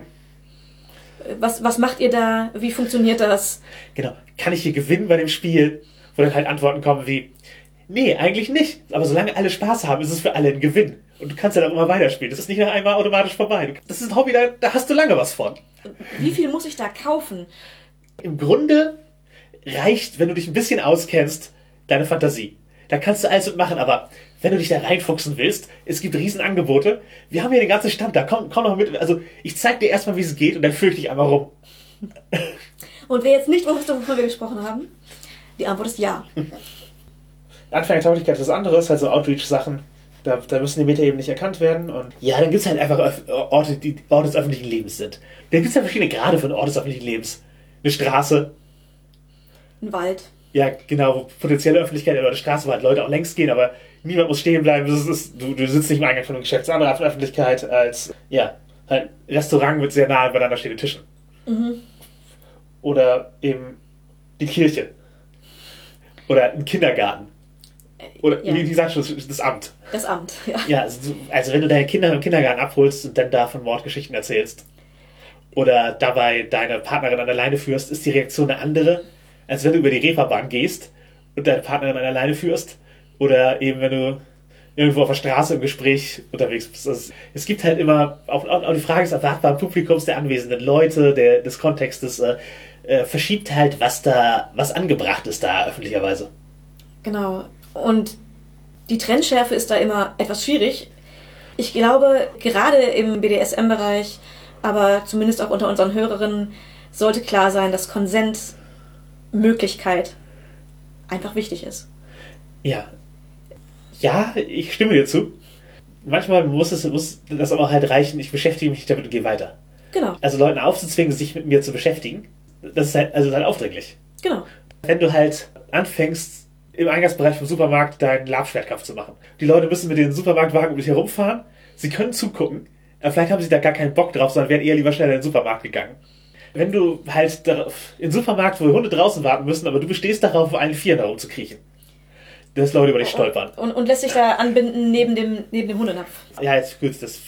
Was, was macht ihr da? Wie funktioniert das? Genau. Kann ich hier gewinnen bei dem Spiel? Wo dann halt Antworten kommen wie, nee, eigentlich nicht. Aber solange alle Spaß haben, ist es für alle ein Gewinn. Und du kannst ja dann immer weiterspielen. Das ist nicht nach einmal automatisch vorbei. Das ist ein Hobby, da, da hast du lange was von. Wie viel muss ich da kaufen? Im Grunde reicht, wenn du dich ein bisschen auskennst, deine Fantasie. Da kannst du alles mitmachen, aber wenn du dich da reinfuchsen willst, es gibt Riesenangebote. Wir haben hier den ganzen Stand da. Komm, komm doch mit. Also, ich zeig dir erstmal, wie es geht und dann führe ich dich einmal rum. Und wer jetzt nicht wusste, wovon wir gesprochen haben, die Antwort ist ja. Anfängertauglichkeit ist was anderes, also Outreach-Sachen. Da, da müssen die Metaebenen nicht erkannt werden. Und ja, dann gibt es halt einfach Orte, die Orte des öffentlichen Lebens sind. Da gibt es ja verschiedene Grade von Orte des öffentlichen Lebens. Eine Straße. Ein Wald. Ja, genau, wo potenzielle Öffentlichkeit oder eine Straße, wo halt Leute auch längst gehen, aber niemand muss stehen bleiben. Das ist, du, du sitzt nicht im Eingang von einem Geschäft. Das ist eine andere Art von Öffentlichkeit als, ja, halt Restaurant mit sehr nahe beieinander stehenden Tischen. Mhm. Oder eben die Kirche. Oder ein Kindergarten. Oder, ja. wie, wie sagst du, das Amt. Das Amt, ja. Ja, also, also wenn du deine Kinder im Kindergarten abholst und dann da von Mordgeschichten erzählst oder dabei deine Partnerin an der Leine führst, ist die Reaktion eine andere, als wenn du über die Reeperbahn gehst und deine Partnerin an der Leine führst oder eben wenn du irgendwo auf der Straße im Gespräch unterwegs bist. Also, es gibt halt immer, auch, auch die Frage des erwartbaren Publikums, der anwesenden Leute, der, des Kontextes, äh, äh, verschiebt halt, was da, was angebracht ist da öffentlicherweise. Genau. Und die Trennschärfe ist da immer etwas schwierig. Ich glaube, gerade im B D S M-Bereich, aber zumindest auch unter unseren Hörerinnen, sollte klar sein, dass Konsentmöglichkeit einfach wichtig ist. Ja. Ja, ich stimme dir zu. Manchmal muss es muss das aber halt reichen, ich beschäftige mich damit und gehe weiter. Genau. Also Leuten aufzuzwingen, sich mit mir zu beschäftigen, das ist halt, also halt aufdringlich. Genau. Wenn du halt anfängst, im Eingangsbereich vom Supermarkt deinen Labschwertkampf zu machen. Die Leute müssen mit den Supermarktwagen um dich herumfahren, sie können zugucken, aber vielleicht haben sie da gar keinen Bock drauf, sondern wären eher lieber schneller in den Supermarkt gegangen. Wenn du halt in den Supermarkt, wo Hunde draußen warten müssen, aber du bestehst darauf, auf allen Vieren herumzukriechen, dass Leute über dich stolpern. Und, und, und lässt sich da anbinden neben dem, neben dem Hundenapf. Ja, jetzt gut, das,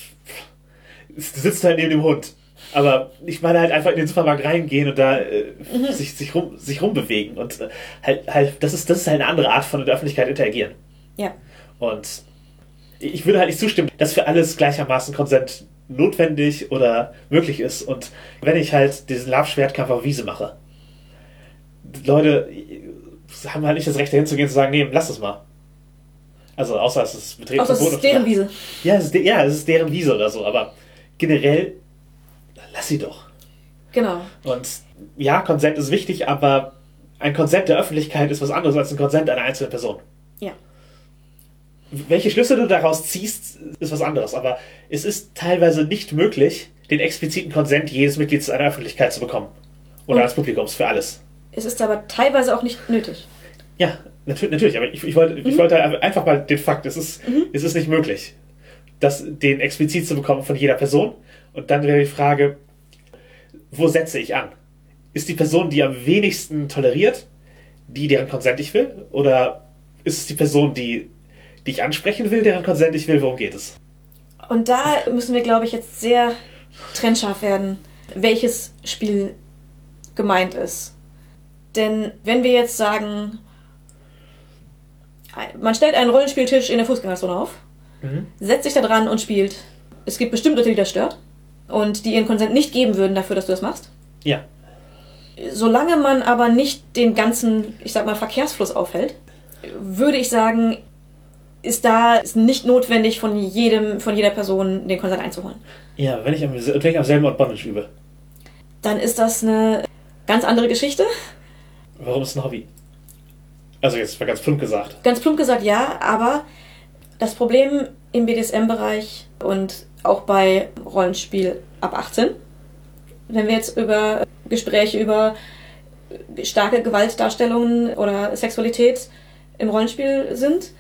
das du sitzt halt neben dem Hund. Aber ich meine halt einfach in den Supermarkt reingehen und da äh, mhm. sich, sich, rum, sich rumbewegen. Und äh, halt, halt, das ist, das ist halt eine andere Art von der Öffentlichkeit interagieren. Ja. Und ich würde halt nicht zustimmen, dass für alles gleichermaßen Konsent notwendig oder möglich ist. Und wenn ich halt diesen Love-Schwertkampf auf Wiese mache, Leute haben halt nicht das Recht dahin zu gehen und zu sagen, nee, lass das mal. Also außer es ist betreten. Außer es ist deren Wiese. Ja, es ist, de- ja, es ist deren Wiese oder so, aber generell lass sie doch. Genau. Und ja, Konsent ist wichtig, aber ein Konsent der Öffentlichkeit ist was anderes als ein Konsent einer einzelnen Person. Ja. Welche Schlüsse du daraus ziehst, ist was anderes, aber es ist teilweise nicht möglich, den expliziten Konsent jedes Mitglieds einer Öffentlichkeit zu bekommen. Oder Und eines Publikums für alles. es ist aber teilweise auch nicht nötig. Ja, natürlich, natürlich aber ich, ich, wollte, Mhm. ich wollte einfach mal den Fakt, es ist, Mhm. es ist nicht möglich, das, den explizit zu bekommen von jeder Person. Und dann wäre die Frage, wo setze ich an? Ist die Person, die am wenigsten toleriert, die, deren Konsent ich will? Oder ist es die Person, die, die ich ansprechen will, deren Konsent ich will? Worum geht es? Und da müssen wir, glaube ich, jetzt sehr trennscharf werden, welches Spiel gemeint ist. Denn wenn wir jetzt sagen, man stellt einen Rollenspieltisch in der Fußgängerzone auf, Mhm. setzt sich da dran und spielt. Es gibt bestimmt Leute, die das stört und die ihren Konsent nicht geben würden dafür, dass du das machst. Ja. Solange man aber nicht den ganzen, ich sag mal, Verkehrsfluss aufhält, würde ich sagen, ist da ist nicht notwendig, von jedem, von jeder Person den Konsent einzuholen. Ja, wenn ich am, wenn ich am selben Ort Bondage übe. Dann ist das eine ganz andere Geschichte. Warum ist es ein Hobby? Also jetzt mal ganz plump gesagt. Ganz plump gesagt ja, aber das Problem im B D S M-Bereich und auch bei Rollenspiel ab achtzehn, wenn wir jetzt über Gespräche über starke Gewaltdarstellungen oder Sexualität im Rollenspiel sind,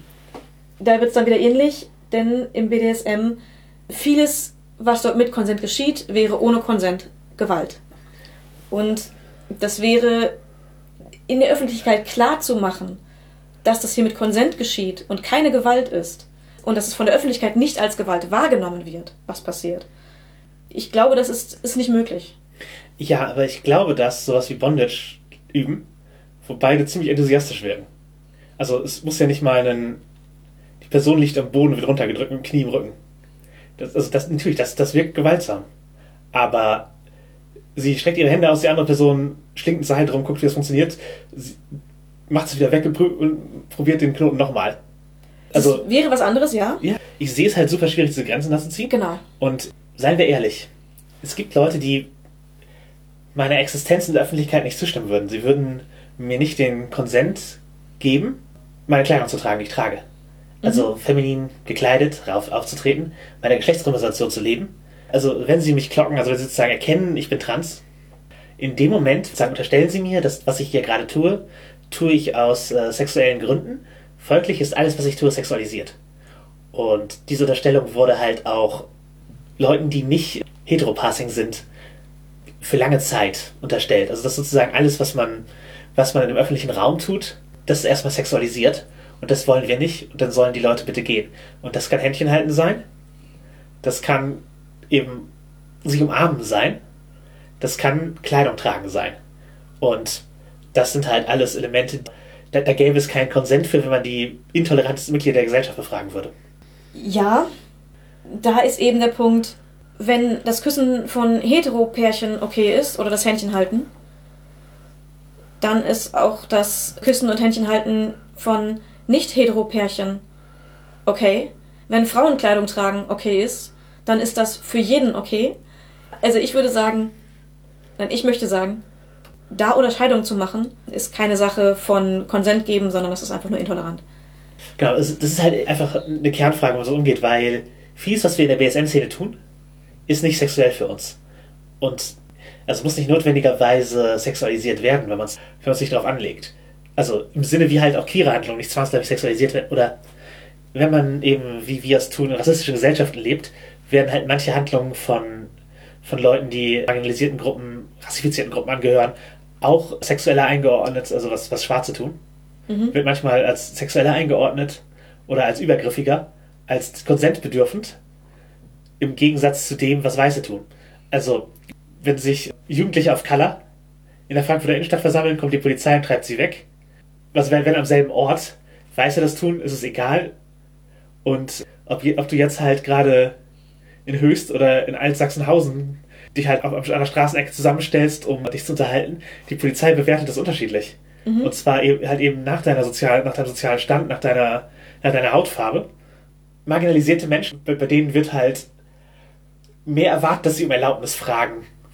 da wird es dann wieder ähnlich, denn im B D S M vieles, was dort mit Konsent geschieht, wäre ohne Konsent Gewalt. Und das wäre in der Öffentlichkeit klar zu machen, dass das hier mit Konsent geschieht und keine Gewalt ist und dass es von der Öffentlichkeit nicht als Gewalt wahrgenommen wird, was passiert. Ich glaube, das ist, ist nicht möglich. Ja, aber ich glaube, dass sowas wie Bondage üben, wo beide ziemlich enthusiastisch werden. Also es muss ja nicht mal ein... Die Person liegt am Boden, wird runtergedrückt mit dem Knie im Rücken. Das, also das, natürlich, das, das wirkt gewaltsam. Aber sie streckt ihre Hände aus, die andere Person schlingt ein Seil drum, guckt, wie das funktioniert, sie macht es wieder weg und, prö- und probiert den Knoten nochmal. Also, das wäre was anderes, ja? ja, ich sehe es halt super schwierig, diese Grenzen da zu ziehen. Genau. Und seien wir ehrlich, es gibt Leute, die meiner Existenz in der Öffentlichkeit nicht zustimmen würden. Sie würden mir nicht den Konsent geben, meine Kleidung zu tragen, die ich trage. Also mhm. feminin gekleidet, rauf, aufzutreten, meine Geschlechtskonversation zu leben. Also wenn sie mich klocken, also wenn sie sozusagen erkennen, ich bin trans, in dem Moment sagen, unterstellen sie mir, dass was ich hier gerade tue, tue ich aus äh, sexuellen Gründen. Folglich ist alles, was ich tue, sexualisiert. Und diese Unterstellung wurde halt auch Leuten, die nicht heteropassing sind, für lange Zeit unterstellt. Also das sozusagen alles, was man, was man im öffentlichen Raum tut, das ist erstmal sexualisiert. Und das wollen wir nicht. Und dann sollen die Leute bitte gehen. Und das kann Händchen halten sein. Das kann eben sich umarmen sein. Das kann Kleidung tragen sein. Und das sind halt alles Elemente, da, da gäbe es keinen Konsent für, wenn man die intolerantesten Mitglieder der Gesellschaft befragen würde. Ja, da ist eben der Punkt, wenn das Küssen von Hetero-Pärchen okay ist oder das Händchen halten, dann ist auch das Küssen und Händchen halten von Nicht-Hetero-Pärchen okay. Wenn Frauen Kleidung tragen okay ist, dann ist das für jeden okay. Also ich würde sagen, nein, ich möchte sagen, da Unterscheidung zu machen, ist keine Sache von Konsent geben, sondern das ist einfach nur intolerant. Genau, das ist halt einfach eine Kernfrage, wenn man so umgeht, weil vieles, was wir in der B S M-Szene tun, ist nicht sexuell für uns. Und also muss nicht notwendigerweise sexualisiert werden, wenn man es wenn man sich darauf anlegt. Also im Sinne, wie halt auch queere Handlungen nicht zwangsläufig sexualisiert werden. Oder wenn man eben, wie wir es tun, in rassistischen Gesellschaften lebt, werden halt manche Handlungen von, von Leuten, die marginalisierten Gruppen, rassifizierten Gruppen angehören, auch sexueller eingeordnet, also was, was Schwarze tun. Mhm. Wird manchmal als sexueller eingeordnet oder als übergriffiger, als konsentbedürfend, im Gegensatz zu dem, was Weiße tun. Also, wenn sich Jugendliche auf Color in der Frankfurter Innenstadt versammeln, kommt die Polizei und treibt sie weg. Also, wenn, wenn am selben Ort Weiße das tun, ist es egal. Und ob, je, ob du jetzt halt gerade in Höchst oder in Altsachsenhausen dich halt auf, auf einer Straßenecke zusammenstellst, um dich zu unterhalten, die Polizei bewertet das unterschiedlich. Mhm. Und zwar eben, halt eben nach, deiner Sozial, nach deinem sozialen Stand, nach deiner, nach deiner Hautfarbe. Marginalisierte Menschen, bei, bei denen wird halt mehr erwartet, dass sie um Erlaubnis fragen,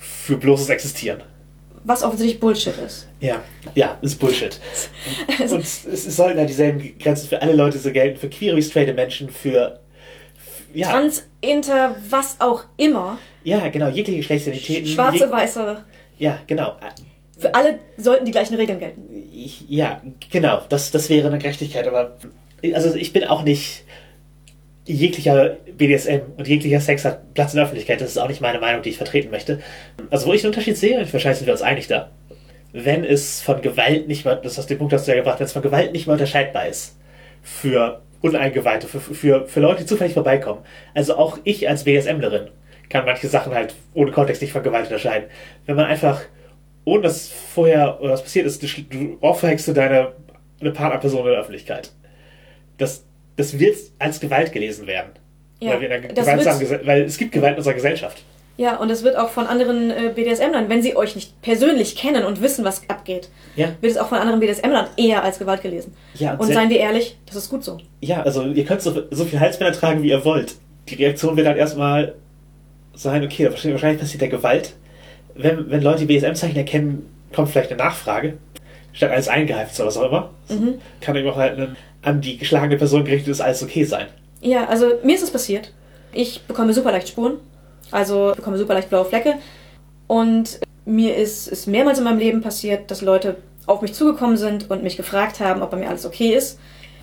für bloßes Existieren. Was offensichtlich Bullshit ist. Ja, ja, ist Bullshit. Und es, es sollten ja dieselben Grenzen für alle Leute so gelten, für queere wie straighte Menschen, für, für ja. Trans, Inter, was auch immer. Ja, genau, jegliche Geschlechtsidentitäten. Schwarze, jeg weiße. Ja, genau. Für alle sollten die gleichen Regeln gelten. Ich, ja, genau, das, das wäre eine Gerechtigkeit, aber also ich bin auch nicht jeglicher B D S M und jeglicher Sex hat Platz in der Öffentlichkeit. Das ist auch nicht meine Meinung, die ich vertreten möchte. Also wo ich einen Unterschied sehe, und wahrscheinlich sind wir uns einig da, wenn es von Gewalt nicht mehr, das ist der Punkt, hast du ja gebracht, wenn es von Gewalt nicht mehr unterscheidbar ist für Uneingeweihte, für, für, für Leute, die zufällig vorbeikommen. Also auch ich als BDSMlerin kann manche Sachen halt ohne Kontext nicht von Gewalt unterscheiden. Wenn man einfach, ohne dass vorher oder was passiert ist, du, du ohrfeigst du deine eine Partnerperson in der Öffentlichkeit. Das Das wird als Gewalt gelesen werden. Ja, weil, wir in der Gewaltsamen, weil es gibt Gewalt in unserer Gesellschaft. Ja, und es wird auch von anderen äh, BDSM-Lern, wenn sie euch nicht persönlich kennen und wissen, was abgeht, ja. wird es auch von anderen BDSM-Lern eher als Gewalt gelesen. Ja, und und seien wir ehrlich, das ist gut so. Ja, also ihr könnt so, so viel Halsbänder tragen, wie ihr wollt. Die Reaktion wird dann erstmal sein, okay, wahrscheinlich passiert der Gewalt. Wenn, wenn Leute die B D S M-Zeichen erkennen, kommt vielleicht eine Nachfrage. Statt alles eingeheizt oder was auch immer. Mhm. Kann eben auch halt ein, an die geschlagene Person gerichtet ist, alles okay sein. Ja, also mir ist es passiert. Ich bekomme super leicht Spuren. Also ich bekomme super leicht blaue Flecke. Und mir ist es mehrmals in meinem Leben passiert, dass Leute auf mich zugekommen sind und mich gefragt haben, ob bei mir alles okay ist.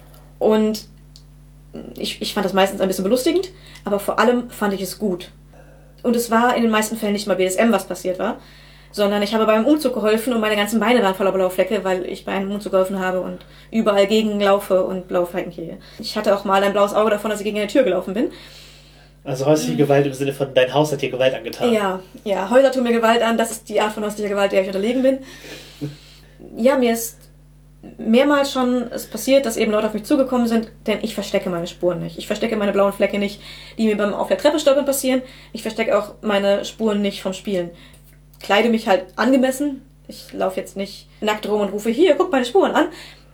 Und ich, ich fand das meistens ein bisschen belustigend, aber vor allem fand ich es gut. Und es war in den meisten Fällen nicht mal B D S M, was passiert war, sondern ich habe beim Umzug geholfen und meine ganzen Beine waren voller blauer Flecke, weil ich bei einem Umzug geholfen habe und überall gegenlaufe und blaue Flecken kriege. Ich hatte auch mal ein blaues Auge davon, dass ich gegen eine Tür gelaufen bin. Also häusliche Gewalt im Sinne von, dein Haus hat dir Gewalt angetan. Ja, ja, Häuser tun mir Gewalt an, das ist die Art von häuslicher Gewalt, der ich unterlegen bin. Ja, mir ist mehrmals schon es passiert, dass eben Leute auf mich zugekommen sind, denn ich verstecke meine Spuren nicht. Ich verstecke meine blauen Flecke nicht, die mir beim auf der Treppe stolpern passieren. Ich verstecke auch meine Spuren nicht vom Spielen. Kleide mich halt angemessen. Ich laufe jetzt nicht nackt rum und rufe, hier, guck meine Spuren an.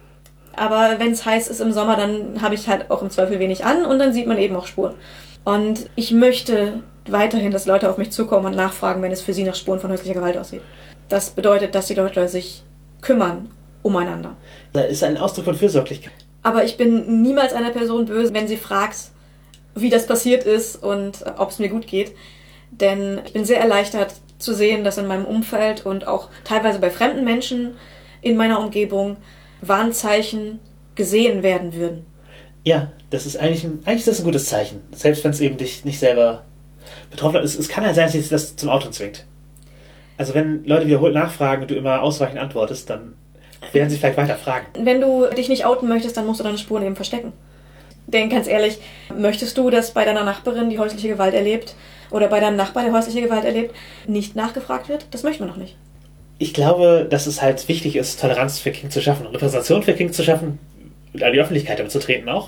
Aber wenn es heiß ist im Sommer, dann habe ich halt auch im Zweifel wenig an und dann sieht man eben auch Spuren. Und ich möchte weiterhin, dass Leute auf mich zukommen und nachfragen, wenn es für sie nach Spuren von häuslicher Gewalt aussieht. Das bedeutet, dass die Leute sich kümmern umeinander. Das ist ein Ausdruck von Fürsorglichkeit. Aber ich bin niemals einer Person böse, wenn sie fragt, wie das passiert ist und ob es mir gut geht. Denn ich bin sehr erleichtert zu sehen, dass in meinem Umfeld und auch teilweise bei fremden Menschen in meiner Umgebung Warnzeichen gesehen werden würden. Ja, das ist eigentlich ein, eigentlich ist das ein gutes Zeichen. Selbst wenn es eben dich nicht selber betroffen hat. Es, es kann halt sein, dass dich das zum Auto zwingt. Also wenn Leute wiederholt nachfragen und du immer ausweichend antwortest, dann werden sie vielleicht weiter fragen. Wenn du dich nicht outen möchtest, dann musst du deine Spuren eben verstecken. Denn ganz ehrlich, möchtest du, dass bei deiner Nachbarin, die häusliche Gewalt erlebt, oder bei deinem Nachbar, der häusliche Gewalt erlebt, nicht nachgefragt wird? Das möchten wir noch nicht. Ich glaube, dass es halt wichtig ist, Toleranz für King zu schaffen, Repräsentation für King zu schaffen, und an die Öffentlichkeit damit zu treten auch,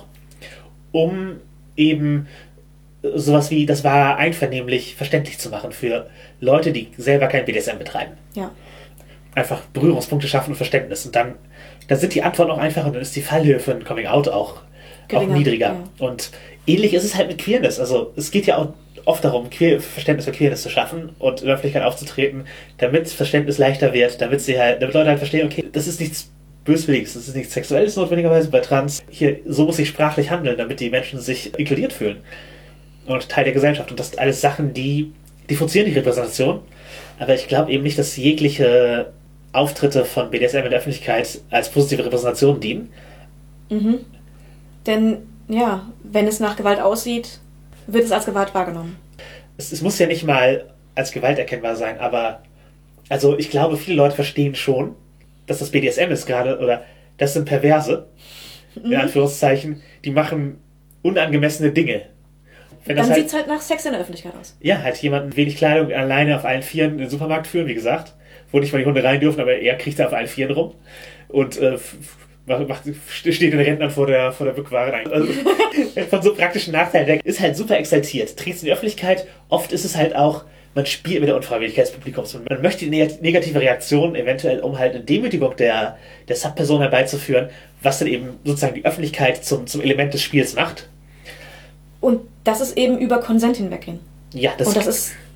um eben sowas wie, das war einvernehmlich verständlich zu machen für Leute, die selber kein B D S M betreiben. Ja. Einfach Berührungspunkte schaffen und Verständnis. Und dann, dann sind die Antworten auch einfacher und dann ist die Fallhöhe für ein Coming-out auch, auch niedriger. Ja. Und ähnlich ist es halt mit Queerness. Also es geht ja auch oft darum, Queer, Verständnis für Queerness zu schaffen und in der Öffentlichkeit aufzutreten, damit Verständnis leichter wird, damit sie halt, damit Leute halt verstehen, okay, das ist nichts Böswilliges, das ist nichts Sexuelles notwendigerweise bei Trans. Hier, so muss ich sprachlich handeln, damit die Menschen sich inkludiert fühlen und Teil der Gesellschaft. Und das sind alles Sachen, die differenzieren die Repräsentation. Aber ich glaube eben nicht, dass jegliche Auftritte von B D S M in der Öffentlichkeit als positive Repräsentation dienen. Mhm. Denn, ja, wenn es nach Gewalt aussieht, wird es als Gewalt wahrgenommen. Es, es muss ja nicht mal als Gewalt erkennbar sein, aber also ich glaube, viele Leute verstehen schon, dass das B D S M ist gerade, oder das sind Perverse, mhm. in Anführungszeichen, die machen unangemessene Dinge. Wenn Dann halt, sieht es halt nach Sex in der Öffentlichkeit aus. Ja, halt jemanden wenig Kleidung alleine auf allen Vieren in den Supermarkt führen, wie gesagt, wo nicht mal die Hunde rein dürfen, aber er kriegt da auf allen Vieren rum und äh, macht, steht den Rentnern vor der, vor der Bückware. Also, von so praktischen Nachteilen weg, ist halt super exaltiert, tritt in die Öffentlichkeit. Oft ist es halt auch, man spielt mit der Unfreiwilligkeit des Publikums. Man möchte die negative Reaktion eventuell, um halt eine Demütigung der, der Subperson herbeizuführen, was dann eben sozusagen die Öffentlichkeit zum, zum Element des Spiels macht. Und das ist eben über Konsent hinweggehen. Ja, das, Und das ist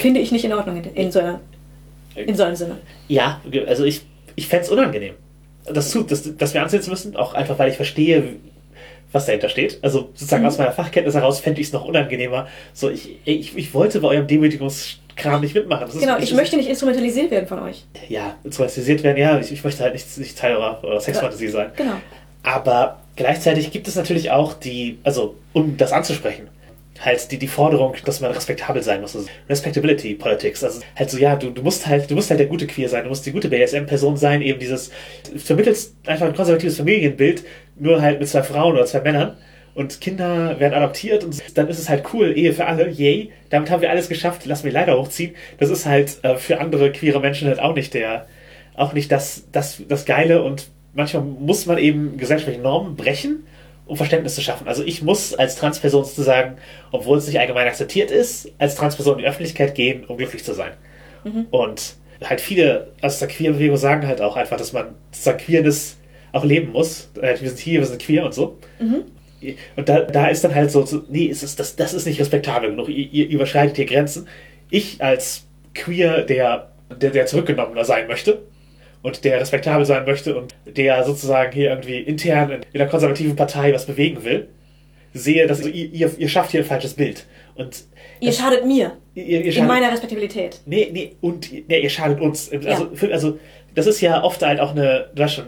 finde ich nicht in Ordnung in, in, so, einer, in so einem Sinne. Ja, also ich, ich fände es unangenehm, das, zu, das, das wir ansehen zu müssen, auch einfach, weil ich verstehe, was dahinter steht. Also sozusagen mhm. aus meiner Fachkenntnis heraus fände ich es noch unangenehmer. So, ich, ich, ich wollte bei eurem Demütigungskram nicht mitmachen. Das genau, ist, ich möchte nicht instrumentalisiert werden von euch. Ja, instrumentalisiert werden, ja, ich, ich möchte halt nicht, nicht Teil eurer, eurer Sexfantasie sein. Genau. Aber gleichzeitig gibt es natürlich auch die, also um das anzusprechen, halt die, die Forderung, dass man respektabel sein muss. Also Respectability Politics. Also halt so, ja, du, du musst halt, du musst halt der gute Queer sein, du musst die gute B D S M-Person sein, eben dieses, vermittelst einfach ein konservatives Familienbild, nur halt mit zwei Frauen oder zwei Männern und Kinder werden adoptiert und dann ist es halt cool, Ehe für alle, yay, damit haben wir alles geschafft, lassen wir leider hochziehen. Das ist halt äh, für andere queere Menschen halt auch nicht der, auch nicht das, das, das Geile und manchmal muss man eben gesellschaftliche Normen brechen, um Verständnis zu schaffen. Also ich muss als Transperson sozusagen, obwohl es nicht allgemein akzeptiert ist, als Transperson in die Öffentlichkeit gehen, um glücklich zu sein. Mhm. Und halt viele aus der Queer-Bewegung sagen halt auch einfach, dass man sozusagen Queerness auch leben muss. Wir sind hier, wir sind queer und so. Mhm. Und da, da ist dann halt so, so nee, es ist, das, das ist nicht respektabel genug. Ihr, ihr überschreitet hier Grenzen. Ich als Queer, der, der, der zurückgenommener sein möchte, und der respektabel sein möchte und der sozusagen hier irgendwie intern in einer konservativen Partei was bewegen will, sehe, dass ihr, ihr, ihr schafft hier ein falsches Bild. Und ihr das, schadet mir. Ihr, ihr schadet, in meiner Respektabilität. Nee, nee, und nee, ihr schadet uns. Also, ja. für, also, das ist ja oft halt auch eine, du weißt schon,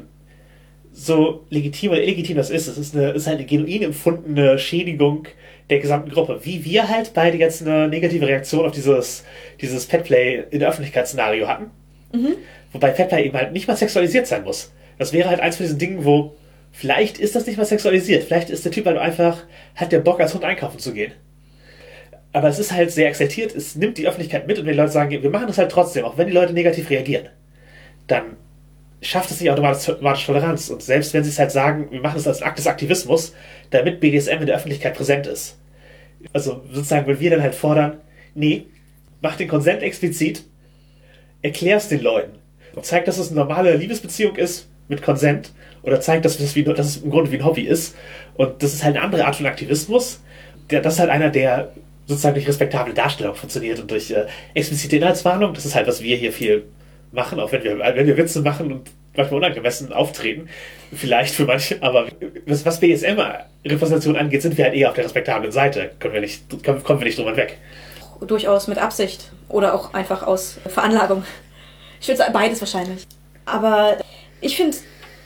so legitim oder illegitim das ist, es ist, eine, ist halt eine genuin empfundene Schädigung der gesamten Gruppe. Wie wir halt beide jetzt eine negative Reaktion auf dieses, dieses Petplay in der Öffentlichkeitsszenario hatten. Mhm. Wobei Petplay eben halt nicht mal sexualisiert sein muss. Das wäre halt eins von diesen Dingen, wo vielleicht ist das nicht mal sexualisiert. Vielleicht ist der Typ halt einfach, hat der Bock als Hund einkaufen zu gehen. Aber es ist halt sehr exaltiert, es nimmt die Öffentlichkeit mit und wenn die Leute sagen, wir machen das halt trotzdem, auch wenn die Leute negativ reagieren, dann schafft es nicht automatisch, automatisch Toleranz. Und selbst wenn sie es halt sagen, wir machen es als Akt des Aktivismus, damit B D S M in der Öffentlichkeit präsent ist. Also sozusagen, wenn wir dann halt fordern, nee, mach den Konsent explizit, erklär's den Leuten. Und zeigt, dass es eine normale Liebesbeziehung ist mit Konsent oder zeigt, dass es, wie, dass es im Grunde wie ein Hobby ist. Und das ist halt eine andere Art von Aktivismus. Der, das ist halt einer, der sozusagen durch respektable Darstellung funktioniert und durch äh, explizite Inhaltswarnung. Das ist halt, was wir hier viel machen, auch wenn wir, wenn wir Witze machen und manchmal unangemessen auftreten. Vielleicht für manche, aber was, was B D S M-Repräsentation angeht, sind wir halt eher auf der respektablen Seite. Können wir nicht, kommen, kommen wir nicht drüber weg. Durchaus mit Absicht oder auch einfach aus Veranlagung. Ich würde sagen, beides wahrscheinlich. Aber ich finde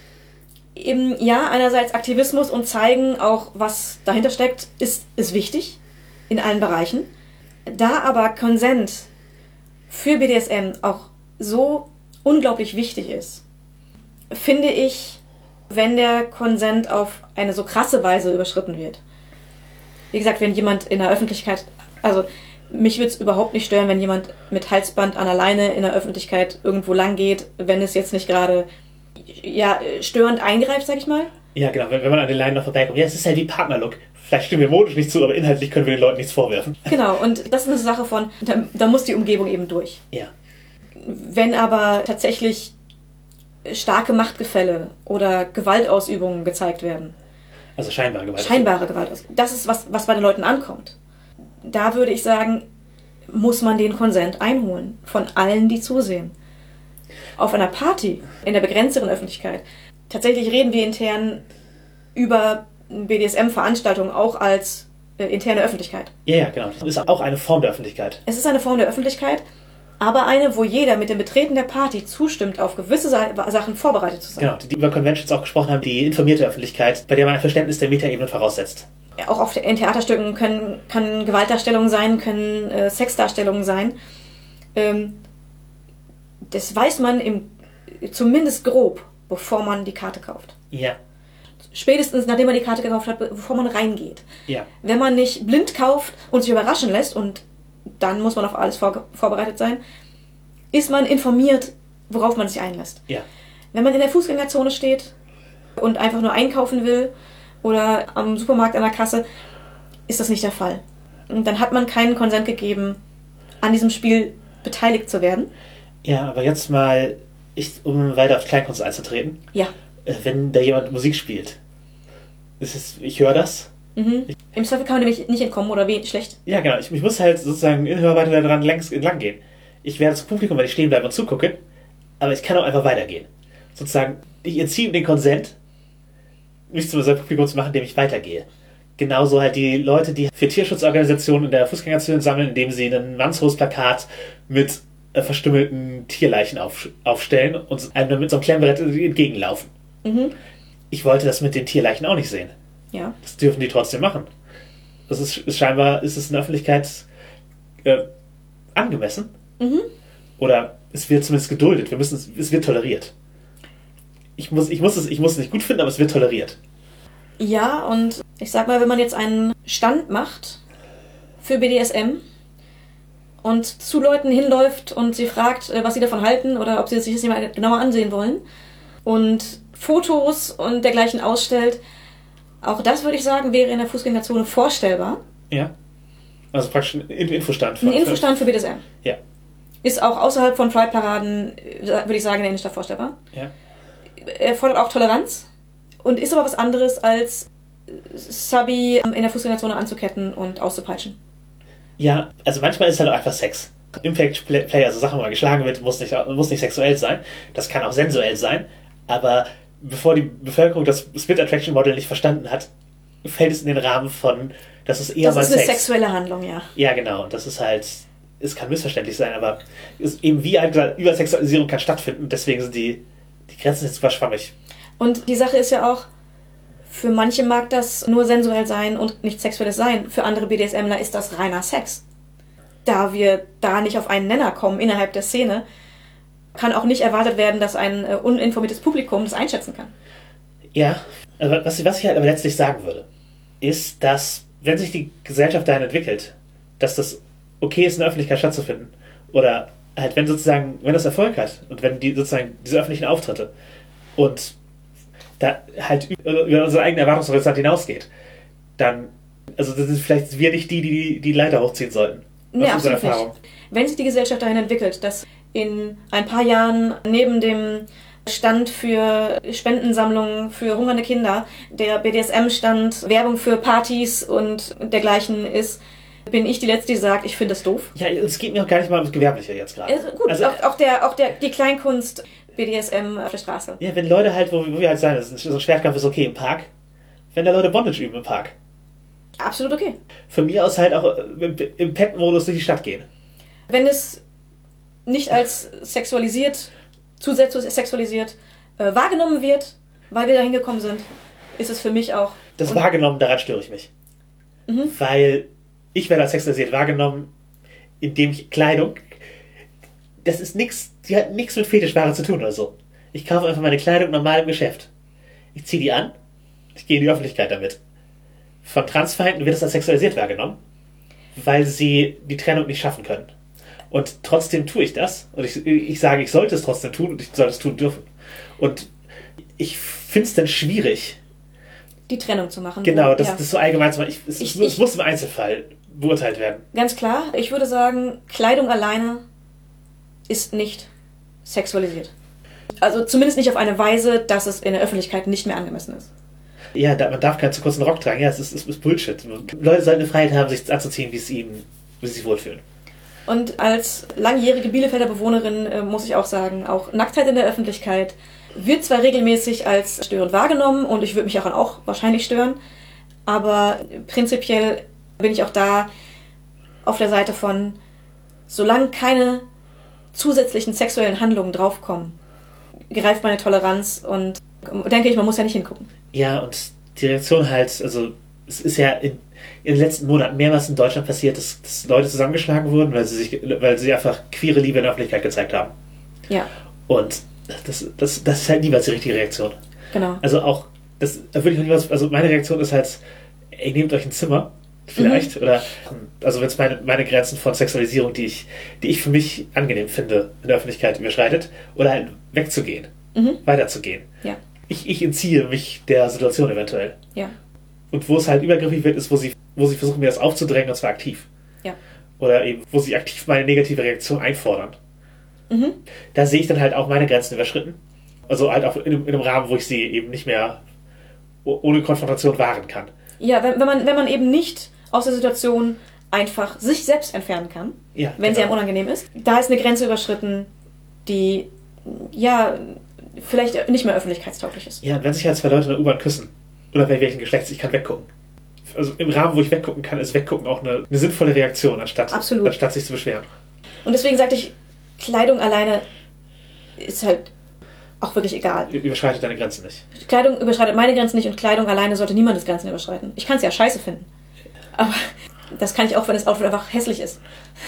eben, ja, einerseits Aktivismus und zeigen auch, was dahinter steckt, ist, ist wichtig in allen Bereichen. Da aber Konsent für B D S M auch so unglaublich wichtig ist, finde ich, wenn der Konsent auf eine so krasse Weise überschritten wird. Wie gesagt, wenn jemand in der Öffentlichkeit, also mich würde es überhaupt nicht stören, wenn jemand mit Halsband an der Leine in der Öffentlichkeit irgendwo lang geht, wenn es jetzt nicht gerade ja, störend eingreift, sag ich mal. Ja, genau, wenn, wenn man an den Leinen noch vorbeikommt. Ja, es ist halt wie Partnerlook. Vielleicht stimmen wir modisch nicht zu, aber inhaltlich können wir den Leuten nichts vorwerfen. Genau, und das ist eine Sache von, da, da muss die Umgebung eben durch. Ja. Wenn aber tatsächlich starke Machtgefälle oder Gewaltausübungen gezeigt werden. Also scheinbare Gewalt. Scheinbare Gewaltausübungen. Das ist, was, was bei den Leuten ankommt. Da würde ich sagen, muss man den Konsent einholen. Von allen, die zusehen. Auf einer Party, in der begrenzteren Öffentlichkeit. Tatsächlich reden wir intern über B D S M-Veranstaltungen auch als äh, interne Öffentlichkeit. Ja, ja, genau. Das ist auch eine Form der Öffentlichkeit. Es ist eine Form der Öffentlichkeit, aber eine, wo jeder mit dem Betreten der Party zustimmt, auf gewisse Sa- Sachen vorbereitet zu sein. Genau, die, die über Conventions auch gesprochen haben, die informierte Öffentlichkeit, bei der man ein Verständnis der Metaebene voraussetzt. Ja, auch auf der, in Theaterstücken können, können Gewaltdarstellungen sein, können äh, Sexdarstellungen sein. Ähm, das weiß man im, zumindest grob, bevor man die Karte kauft. Ja. Spätestens, nachdem man die Karte gekauft hat, bevor man reingeht. Ja. Wenn man nicht blind kauft und sich überraschen lässt, und dann muss man auf alles vor, vorbereitet sein, ist man informiert, worauf man sich einlässt. Ja. Wenn man in der Fußgängerzone steht und einfach nur einkaufen will oder am Supermarkt an der Kasse, ist das nicht der Fall. Und dann hat man keinen Konsent gegeben, an diesem Spiel beteiligt zu werden. Ja, aber jetzt mal, ich, um weiter auf Kleinkunst einzutreten. Ja. Wenn da jemand Musik spielt, ist es, ich höre das, Mhm. Im Zweifel kann man nämlich nicht entkommen oder wie schlecht. Ja, genau. Ich, ich muss halt sozusagen in Hörweite daran längs entlang gehen. Ich werde zum Publikum, wenn ich stehen bleibe und zugucke, aber ich kann auch einfach weitergehen. Sozusagen, ich entziehe ihm den Konsent, mich zum Publikum zu machen, indem ich weitergehe. Genauso halt die Leute, die für Tierschutzorganisationen in der Fußgängerzone sammeln, indem sie ein Mannshofsplakat mit äh, verstümmelten Tierleichen auf, aufstellen und einem mit so einem Klemmbrett entgegenlaufen. Mhm. Ich wollte das mit den Tierleichen auch nicht sehen. Ja. Das dürfen die trotzdem machen. Das ist, ist scheinbar ist es in der Öffentlichkeit äh, angemessen. Mhm. Oder es wird zumindest geduldet. Wir müssen es, es wird toleriert. Ich muss, ich, muss es, ich muss es nicht gut finden, aber es wird toleriert. Ja, und ich sag mal, wenn man jetzt einen Stand macht für B D S M und zu Leuten hinläuft und sie fragt, was sie davon halten oder ob sie sich das nicht mal genauer ansehen wollen und Fotos und dergleichen ausstellt, auch das würde ich sagen, wäre in der Fußgängerzone vorstellbar. Ja. Also praktisch ein Infostand. Ein Infostand für B D S M. Ja. Ist auch außerhalb von Pride-Paraden, würde ich sagen, in der Innenstadt vorstellbar. Ja. Er fordert auch Toleranz und ist aber was anderes als Subby in der Fußgängerzone anzuketten und auszupeitschen. Ja, also manchmal ist halt auch einfach Sex. Impact Play, also Sachen, wo man geschlagen wird, muss nicht, muss nicht sexuell sein. Das kann auch sensuell sein. Aber bevor die Bevölkerung das Split Attraction Model nicht verstanden hat, fällt es in den Rahmen von, das ist eher das mal ist eine Sex. Sexuelle Handlung, ja. Ja, genau. Und das ist halt, es kann missverständlich sein, aber ist eben wie halt gesagt, Übersexualisierung kann stattfinden. Deswegen sind die, die Grenzen jetzt super schwammig. Und die Sache ist ja auch, für manche mag das nur sensuell sein und nicht sexuelles sein. Für andere BDSMler ist das reiner Sex. Da wir da nicht auf einen Nenner kommen innerhalb der Szene, kann auch nicht erwartet werden, dass ein äh, uninformiertes Publikum das einschätzen kann. Ja, aber was, was ich halt aber letztlich sagen würde, ist, dass, wenn sich die Gesellschaft dahin entwickelt, dass das okay ist, in der Öffentlichkeit stattzufinden, oder halt, wenn sozusagen, wenn das Erfolg hat und wenn die sozusagen diese öffentlichen Auftritte und da halt über unsere eigene Erwartungshorizont hinausgeht, dann, also das sind vielleicht wir nicht die, die die Leiter hochziehen sollten. Nee, absolut nicht. Wenn sich die Gesellschaft dahin entwickelt, dass in ein paar Jahren neben dem Stand für Spendensammlungen für hungernde Kinder der B D S M-Stand Werbung für Partys und dergleichen ist, bin ich die Letzte, die sagt, ich finde das doof. Ja, es geht mir auch gar nicht mal ums Gewerbliche jetzt gerade. Also gut, also, auch, auch, der, auch der, die Kleinkunst B D S M auf der Straße. Ja, wenn Leute halt, wo, wo wir halt sagen, so ein Schwertkampf ist okay im Park, wenn da Leute Bondage üben im Park. Absolut okay. Von mir aus halt auch im, im Pet-Modus durch die Stadt gehen. Wenn es nicht als sexualisiert, zusätzlich sexualisiert äh, wahrgenommen wird, weil wir da hingekommen sind, ist es für mich auch... Das wahrgenommen, daran störe ich mich. Mhm. Weil ich werde als sexualisiert wahrgenommen, indem ich Kleidung... Das ist nichts, die hat nichts mit Fetischware zu tun oder so. Ich kaufe einfach meine Kleidung normal im Geschäft. Ich ziehe die an, ich gehe in die Öffentlichkeit damit. Von Transverhalten wird es als sexualisiert wahrgenommen, weil sie die Trennung nicht schaffen können. Und trotzdem tue ich das. Und ich, ich sage, ich sollte es trotzdem tun und ich soll es tun dürfen. Und ich finde es dann schwierig, die Trennung zu machen. Genau, das, ja. das ist so allgemein zu machen. Ich, es, ich, es ich, muss im Einzelfall beurteilt werden. Ganz klar. Ich würde sagen, Kleidung alleine ist nicht sexualisiert. Also zumindest nicht auf eine Weise, dass es in der Öffentlichkeit nicht mehr angemessen ist. Ja, da, man darf keinen zu kurzen Rock tragen. Ja, es ist, es ist Bullshit. Leute sollten eine Freiheit haben, sich anzuziehen, wie es ihnen, wie sie sich wohlfühlen. Und als langjährige Bielefelder Bewohnerin äh, muss ich auch sagen, auch Nacktheit in der Öffentlichkeit wird zwar regelmäßig als störend wahrgenommen und ich würde mich daran auch wahrscheinlich stören, aber prinzipiell bin ich auch da auf der Seite von, solange keine zusätzlichen sexuellen Handlungen draufkommen, greift meine Toleranz und denke ich, man muss ja nicht hingucken. Ja, und die Reaktion halt, also es ist ja in, in den letzten Monaten mehrmals in Deutschland passiert, dass, dass Leute zusammengeschlagen wurden, weil sie sich, weil sie einfach queere Liebe in der Öffentlichkeit gezeigt haben. Ja. Und das, das, das ist halt niemals die richtige Reaktion. Genau. Also auch, das da würde ich niemals, also meine Reaktion ist halt, ey, nehmt euch ein Zimmer, vielleicht, mhm. oder, also wenn es meine, meine Grenzen von Sexualisierung, die ich, die ich für mich angenehm finde, in der Öffentlichkeit überschreitet, oder halt wegzugehen, mhm. weiterzugehen. Ja. Ich, ich entziehe mich der Situation eventuell. Ja. Und wo es halt übergriffig wird, ist, wo sie, wo sie versuchen, mir das aufzudrängen, und zwar aktiv. Ja. Oder eben, wo sie aktiv meine negative Reaktion einfordern. Mhm. Da sehe ich dann halt auch meine Grenzen überschritten. Also halt auch in, in einem Rahmen, wo ich sie eben nicht mehr ohne Konfrontation wahren kann. Ja, wenn, wenn, man, wenn man eben nicht aus der Situation einfach sich selbst entfernen kann, Ja, wenn genau. sie einem unangenehm ist. Da ist eine Grenze überschritten, die, ja, vielleicht nicht mehr öffentlichkeitstauglich ist. Ja, wenn sich halt zwei Leute in der U-Bahn küssen, oder bei welchen Geschlechts, ich kann weggucken. Also im Rahmen, wo ich weggucken kann, ist Weggucken auch eine, eine sinnvolle Reaktion, anstatt, Absolut. anstatt sich zu beschweren. Und deswegen sagte ich, Kleidung alleine ist halt auch wirklich egal. Überschreitet deine Grenzen nicht. Kleidung überschreitet meine Grenzen nicht und Kleidung alleine sollte niemandes Grenzen überschreiten. Ich kann es ja scheiße finden. Aber das kann ich auch, wenn das Outfit einfach hässlich ist.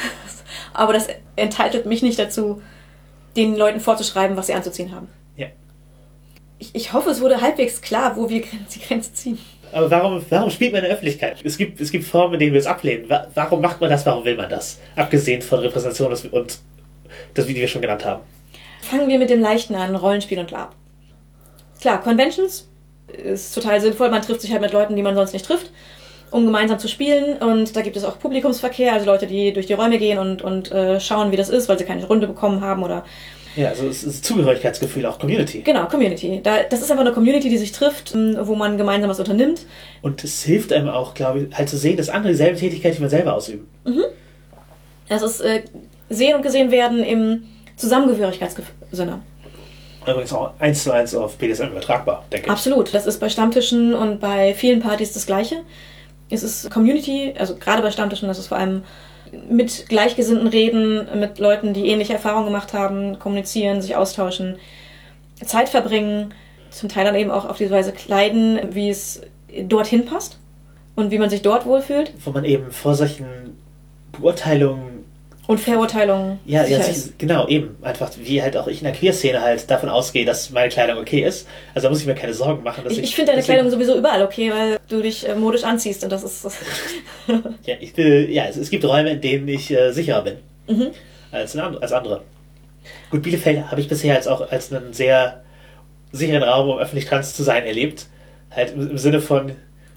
Aber das entitelt mich nicht dazu, den Leuten vorzuschreiben, was sie anzuziehen haben. Ja. Ich, ich hoffe, es wurde halbwegs klar, wo wir die Grenze ziehen. Aber warum, warum spielt man in der Öffentlichkeit? Es gibt, es gibt Formen, in denen wir es ablehnen. Wa- Warum macht man das? Warum will man das? Abgesehen von Repräsentation und das, wie wir schon genannt haben. Fangen wir mit dem Leichten an, Rollenspiel und Lab. Klar, Conventions ist total sinnvoll. Man trifft sich halt mit Leuten, die man sonst nicht trifft, um gemeinsam zu spielen. Und da gibt es auch Publikumsverkehr, also Leute, die durch die Räume gehen und, und äh, schauen, wie das ist, weil sie keine Runde bekommen haben oder... Ja, also es ist Zugehörigkeitsgefühl, auch Community. Genau, Community. Da, das ist einfach eine Community, die sich trifft, wo man gemeinsam was unternimmt. Und es hilft einem auch, glaube ich, halt zu sehen, dass andere dieselbe Tätigkeit wie man selber ausüben. Mhm. Das ist äh, sehen und gesehen werden im Zusammengehörigkeitssinne. Übrigens auch eins zu eins auf B D S M übertragbar, denke ich. Absolut. Das ist bei Stammtischen und bei vielen Partys das Gleiche. Es ist Community, also gerade bei Stammtischen, das ist vor allem mit Gleichgesinnten reden, mit Leuten, die ähnliche Erfahrungen gemacht haben, kommunizieren, sich austauschen, Zeit verbringen, zum Teil dann eben auch auf diese Weise kleiden, wie es dorthin passt und wie man sich dort wohlfühlt. Wo man eben vor solchen Beurteilungen Und Verurteilungen. Ja, ja sicher sich, ist. genau, eben. Einfach, wie halt auch ich in der Queer-Szene halt davon ausgehe, dass meine Kleidung okay ist. Also da muss ich mir keine Sorgen machen. Dass Ich, ich, ich finde deine deswegen- Kleidung sowieso überall okay, weil du dich äh, modisch anziehst und das ist... Das Ja, ich will, ja es, es gibt Räume, in denen ich äh, sicherer bin mhm. als, in, and- als andere. Gut, Bielefeld habe ich bisher als auch als einen sehr sicheren Raum, um öffentlich trans zu sein, erlebt. Halt im, im Sinne von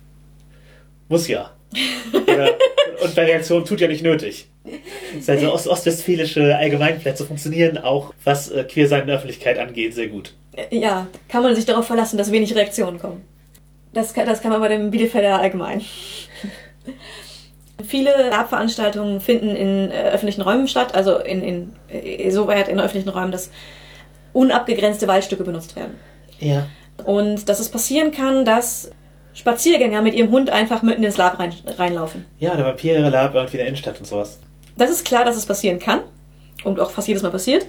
muss ja. Oder, und bei Reaktion tut ja nicht nötig. Das heißt, also ost ostwestfälische Allgemeinplätze funktionieren auch, was äh, Queersein in der Öffentlichkeit angeht, sehr gut. Ja, kann man sich darauf verlassen, dass wenig Reaktionen kommen. Das kann, das kann man bei dem Bielefelder allgemein. Viele Labveranstaltungen finden in äh, öffentlichen Räumen statt, also in, in, äh, soweit in öffentlichen Räumen, dass unabgegrenzte Waldstücke benutzt werden. Ja. Und dass es passieren kann, dass Spaziergänger mit ihrem Hund einfach mitten ins Lab rein, reinlaufen. Ja, der Vampire-Lab irgendwie in der Innenstadt und sowas. Das ist klar, dass es passieren kann und auch fast jedes Mal passiert.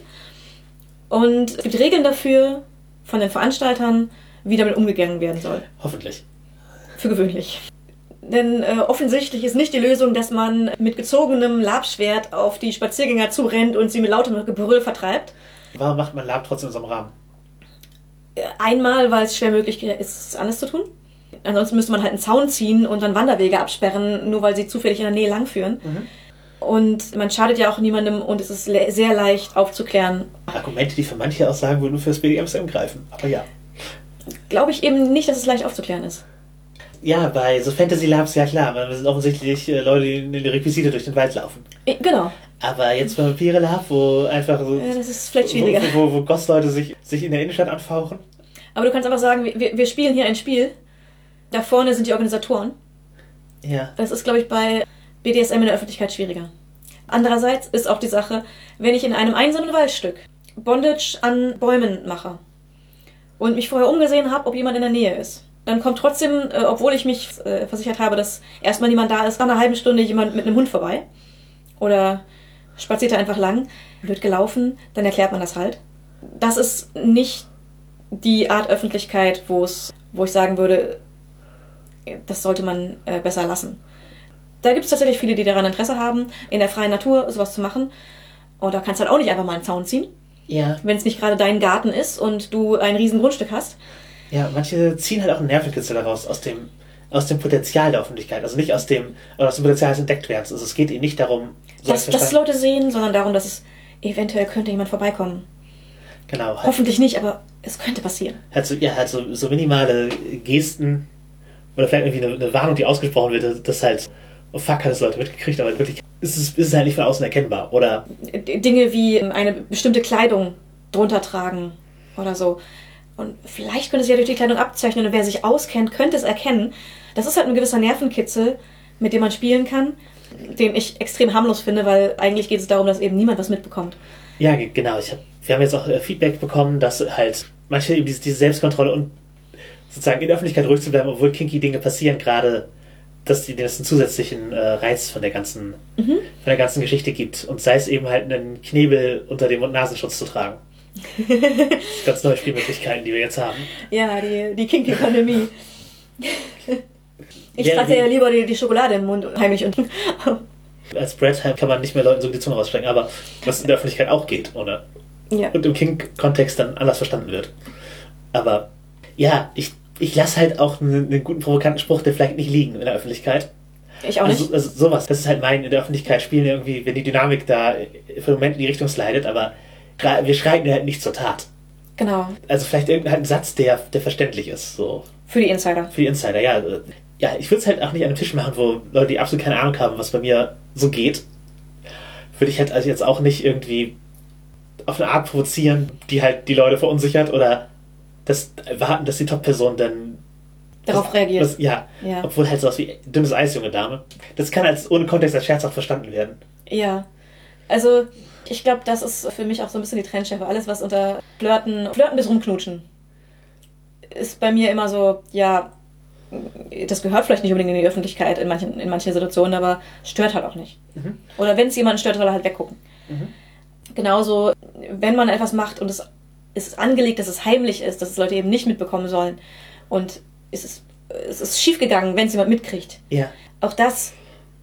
Und es gibt Regeln dafür von den Veranstaltern, wie damit umgegangen werden soll. Hoffentlich. Für gewöhnlich. Denn äh, offensichtlich ist nicht die Lösung, dass man mit gezogenem Labschwert auf die Spaziergänger zurennt und sie mit lautem Gebrüll vertreibt. Warum macht man Lab trotzdem in so einem Rahmen? Äh, Einmal, weil es schwer möglich ist, es anders zu tun. Ansonsten müsste man halt einen Zaun ziehen und dann Wanderwege absperren, nur weil sie zufällig in der Nähe langführen. Mhm. Und man schadet ja auch niemandem und es ist le- sehr leicht aufzuklären. Argumente, die für manche auch sagen, würden nur fürs B D S M greifen. Aber ja. Glaube ich eben nicht, dass es leicht aufzuklären ist. Ja, bei so Fantasy-Labs, ja klar, weil wir sind offensichtlich äh, Leute, die in die Requisite durch den Wald laufen. Äh, Genau. Aber jetzt beim Vampire-Lab, wo einfach so... Ja, das ist vielleicht schwieriger. Wo, wo, wo Ghost-Leute sich, sich in der Innenstadt anfauchen. Aber du kannst einfach sagen, wir, wir spielen hier ein Spiel. Da vorne sind die Organisatoren. Ja. Das ist, glaube ich, bei B D S M in der Öffentlichkeit schwieriger. Andererseits ist auch die Sache, wenn ich in einem einsamen Waldstück Bondage an Bäumen mache und mich vorher umgesehen habe, ob jemand in der Nähe ist, dann kommt trotzdem, äh, obwohl ich mich äh, versichert habe, dass erstmal niemand da ist, nach einer halben Stunde jemand mit einem Hund vorbei. Oder spaziert er einfach lang, wird gelaufen, dann erklärt man das halt. Das ist nicht die Art Öffentlichkeit, wo es, wo ich sagen würde, das sollte man äh, besser lassen. Da gibt es tatsächlich viele, die daran Interesse haben, in der freien Natur sowas zu machen. Und da kannst du halt auch nicht einfach mal einen Zaun ziehen, Ja. wenn es nicht gerade dein Garten ist und du ein riesen Grundstück hast. Ja, manche ziehen halt auch einen Nervenkitzel daraus, aus dem, aus dem Potenzial der Öffentlichkeit. Also nicht aus dem, aus dem Potenzial des Entdecktwerdens. Also es geht ihnen nicht darum, so Dass, als dass Verstand- Leute sehen, sondern darum, dass es eventuell könnte jemand vorbeikommen. Genau. Halt, Hoffentlich nicht, aber es könnte passieren. halt, so, ja, halt so, so minimale Gesten oder vielleicht irgendwie eine, eine Warnung, die ausgesprochen wird, dass halt, oh fuck, hat das Leute mitgekriegt, aber wirklich ist es, ist es halt nicht von außen erkennbar. Oder D- Dinge wie eine bestimmte Kleidung drunter tragen oder so. Und vielleicht könnte es ja durch die Kleidung abzeichnen und wer sich auskennt, könnte es erkennen. Das ist halt ein gewisser Nervenkitzel, mit dem man spielen kann, den ich extrem harmlos finde, weil eigentlich geht es darum, dass eben niemand was mitbekommt. Ja, genau. Ich hab, wir haben jetzt auch Feedback bekommen, dass halt manche eben diese, diese Selbstkontrolle und sozusagen in der Öffentlichkeit ruhig zu bleiben, obwohl kinky Dinge passieren, gerade, dass die das einen zusätzlichen äh, Reiz von der ganzen mhm. von der ganzen Geschichte gibt. Und sei es eben halt einen Knebel unter dem Mund-Nasenschutz zu tragen. Ganz neue Spielmöglichkeiten, die wir jetzt haben. Ja, die, die Kinky-Pandemie. Ich ja, trage ja lieber die, die Schokolade im Mund heimlich unten. Als Brad kann man nicht mehr Leuten so die Zunge rausstrecken, aber was in der Öffentlichkeit auch geht, oder? Ja. Und im Kink-Kontext dann anders verstanden wird. Aber ja, ich, ich lasse halt auch einen, einen guten provokanten Spruch, der vielleicht nicht liegen in der Öffentlichkeit. Ich auch nicht. Also, also sowas, das ist halt mein in der Öffentlichkeit spielen irgendwie, wenn die Dynamik da für den Moment in die Richtung slidet, aber wir schreiten halt nicht zur Tat. Genau. Also vielleicht irgendein Satz, der, der verständlich ist. So. Für die Insider. Für die Insider, ja. Ja, ich würde es halt auch nicht an einem Tisch machen, wo Leute, die absolut keine Ahnung haben, was bei mir so geht, würde ich halt also jetzt auch nicht irgendwie auf eine Art provozieren, die halt die Leute verunsichert oder das warten, dass die Top-Person dann darauf das, reagiert. Das, ja. ja, obwohl halt sowas wie dünnes Eis, junge Dame. Das kann als ohne Kontext als scherzhaft verstanden werden. Ja, also ich glaube, das ist für mich auch so ein bisschen die Trennschärfe. Alles, was unter Flirten, Flirten bis rumknutschen, ist bei mir immer so, ja, das gehört vielleicht nicht unbedingt in die Öffentlichkeit in manchen, in manchen Situationen, aber stört halt auch nicht. Mhm. Oder wenn es jemanden stört, soll er halt weggucken. Mhm. Genauso, wenn man etwas macht und es ist angelegt, dass es heimlich ist, dass es Leute eben nicht mitbekommen sollen und es ist, es ist schiefgegangen, wenn es jemand mitkriegt. Ja. Auch das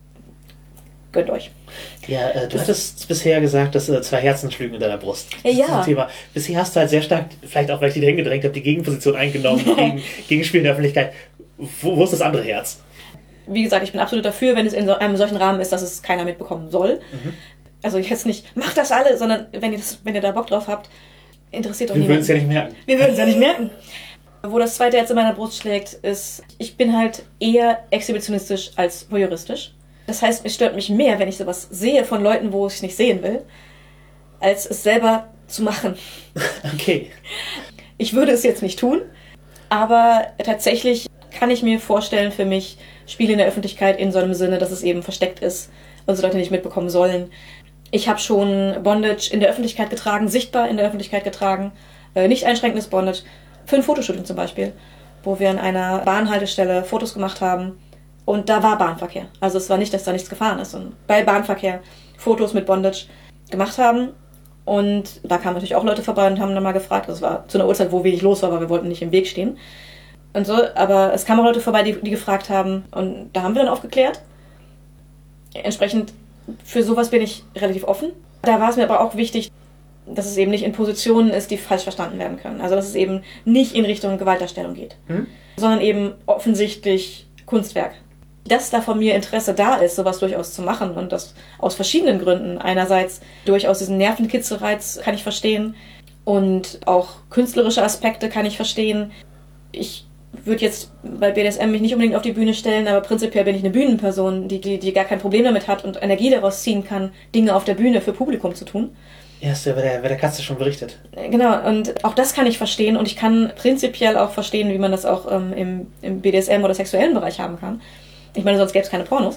gönnt euch. Ja, äh, du das hattest bisher gesagt, dass äh, zwei Herzen schlügen in deiner Brust. Das ja. ist ein Thema. Bisher hast du halt sehr stark, vielleicht auch weil ich dich dahin gedrängt habe, die Gegenposition eingenommen gegen, gegen Spielen in der Öffentlichkeit. Wo, wo ist das andere Herz? Wie gesagt, ich bin absolut dafür, wenn es in so einem solchen Rahmen ist, dass es keiner mitbekommen soll. Mhm. Also jetzt nicht, macht das alle, sondern wenn ihr, das, wenn ihr da Bock drauf habt, interessiert doch Wir niemanden. würden es ja nicht merken. Wir würden es ja nicht merken. Wo das zweite Herz in meiner Brust schlägt, ist, ich bin halt eher exhibitionistisch als voyeuristisch. Das heißt, es stört mich mehr, wenn ich sowas sehe von Leuten, wo ich es nicht sehen will, als es selber zu machen. Okay. Ich würde es jetzt nicht tun, aber tatsächlich kann ich mir vorstellen, für mich Spiele in der Öffentlichkeit in so einem Sinne, dass es eben versteckt ist und so Leute nicht mitbekommen sollen. Ich habe schon Bondage in der Öffentlichkeit getragen, sichtbar in der Öffentlichkeit getragen, äh, nicht einschränkendes Bondage, für ein Fotoshooting zum Beispiel, wo wir an einer Bahnhaltestelle Fotos gemacht haben und da war Bahnverkehr. Also es war nicht, dass da nichts gefahren ist, sondern bei Bahnverkehr Fotos mit Bondage gemacht haben und da kamen natürlich auch Leute vorbei und haben dann mal gefragt, das war zu einer Uhrzeit, wo wenig los war, weil wir wollten nicht im Weg stehen. Und so, aber es kamen auch Leute vorbei, die, die gefragt haben und da haben wir dann aufgeklärt. Entsprechend, für sowas bin ich relativ offen. Da war es mir aber auch wichtig, dass es eben nicht in Positionen ist, die falsch verstanden werden können. Also dass es eben nicht in Richtung Gewaltdarstellung geht, hm? sondern eben offensichtlich Kunstwerk. Dass da von mir Interesse da ist, sowas durchaus zu machen und das aus verschiedenen Gründen. Einerseits durchaus diesen Nervenkitzelreiz kann ich verstehen und auch künstlerische Aspekte kann ich verstehen. Ich würde jetzt bei B D S M mich nicht unbedingt auf die Bühne stellen, aber prinzipiell bin ich eine Bühnenperson, die, die, die gar kein Problem damit hat und Energie daraus ziehen kann, Dinge auf der Bühne für Publikum zu tun. Ja, hast du ja bei der, bei der Katze schon berichtet. Genau, und auch das kann ich verstehen und ich kann prinzipiell auch verstehen, wie man das auch ähm, im, im B D S M oder sexuellen Bereich haben kann. Ich meine, sonst gäbe es keine Pornos.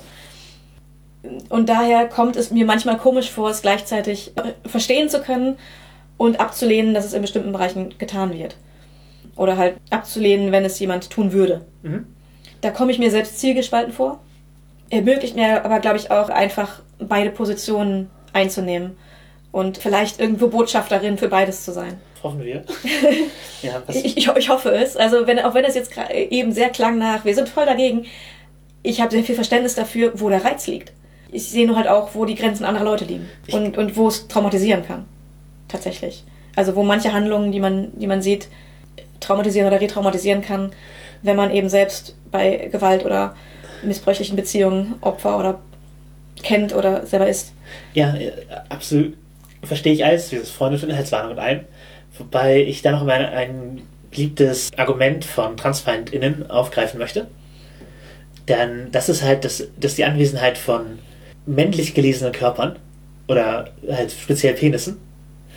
Und daher kommt es mir manchmal komisch vor, es gleichzeitig verstehen zu können und abzulehnen, dass es in bestimmten Bereichen getan wird. Oder halt abzulehnen, wenn es jemand tun würde. Mhm. Da komme ich mir selbst zielgespalten vor. Ermöglicht mir aber, glaube ich, auch einfach beide Positionen einzunehmen. Und vielleicht irgendwo Botschafterin für beides zu sein. Hoffen wir. Ja, was ich, ich, ich hoffe es. Also wenn, auch wenn es jetzt eben sehr klang nach, wir sind voll dagegen. Ich habe sehr viel Verständnis dafür, wo der Reiz liegt. Ich sehe nur halt auch, wo die Grenzen anderer Leute liegen. Und, und wo es traumatisieren kann. Tatsächlich. Also wo manche Handlungen, die man, die man sieht, traumatisieren oder retraumatisieren kann, wenn man eben selbst bei Gewalt oder missbräuchlichen Beziehungen Opfer oder kennt oder selber ist. Ja, absolut. Verstehe ich alles, dieses Freunde für Inhaltswarnung und ein. Wobei ich da noch mal ein beliebtes Argument von TransfeindInnen aufgreifen möchte. Denn das ist halt das, das die Anwesenheit von männlich gelesenen Körpern oder halt speziell Penissen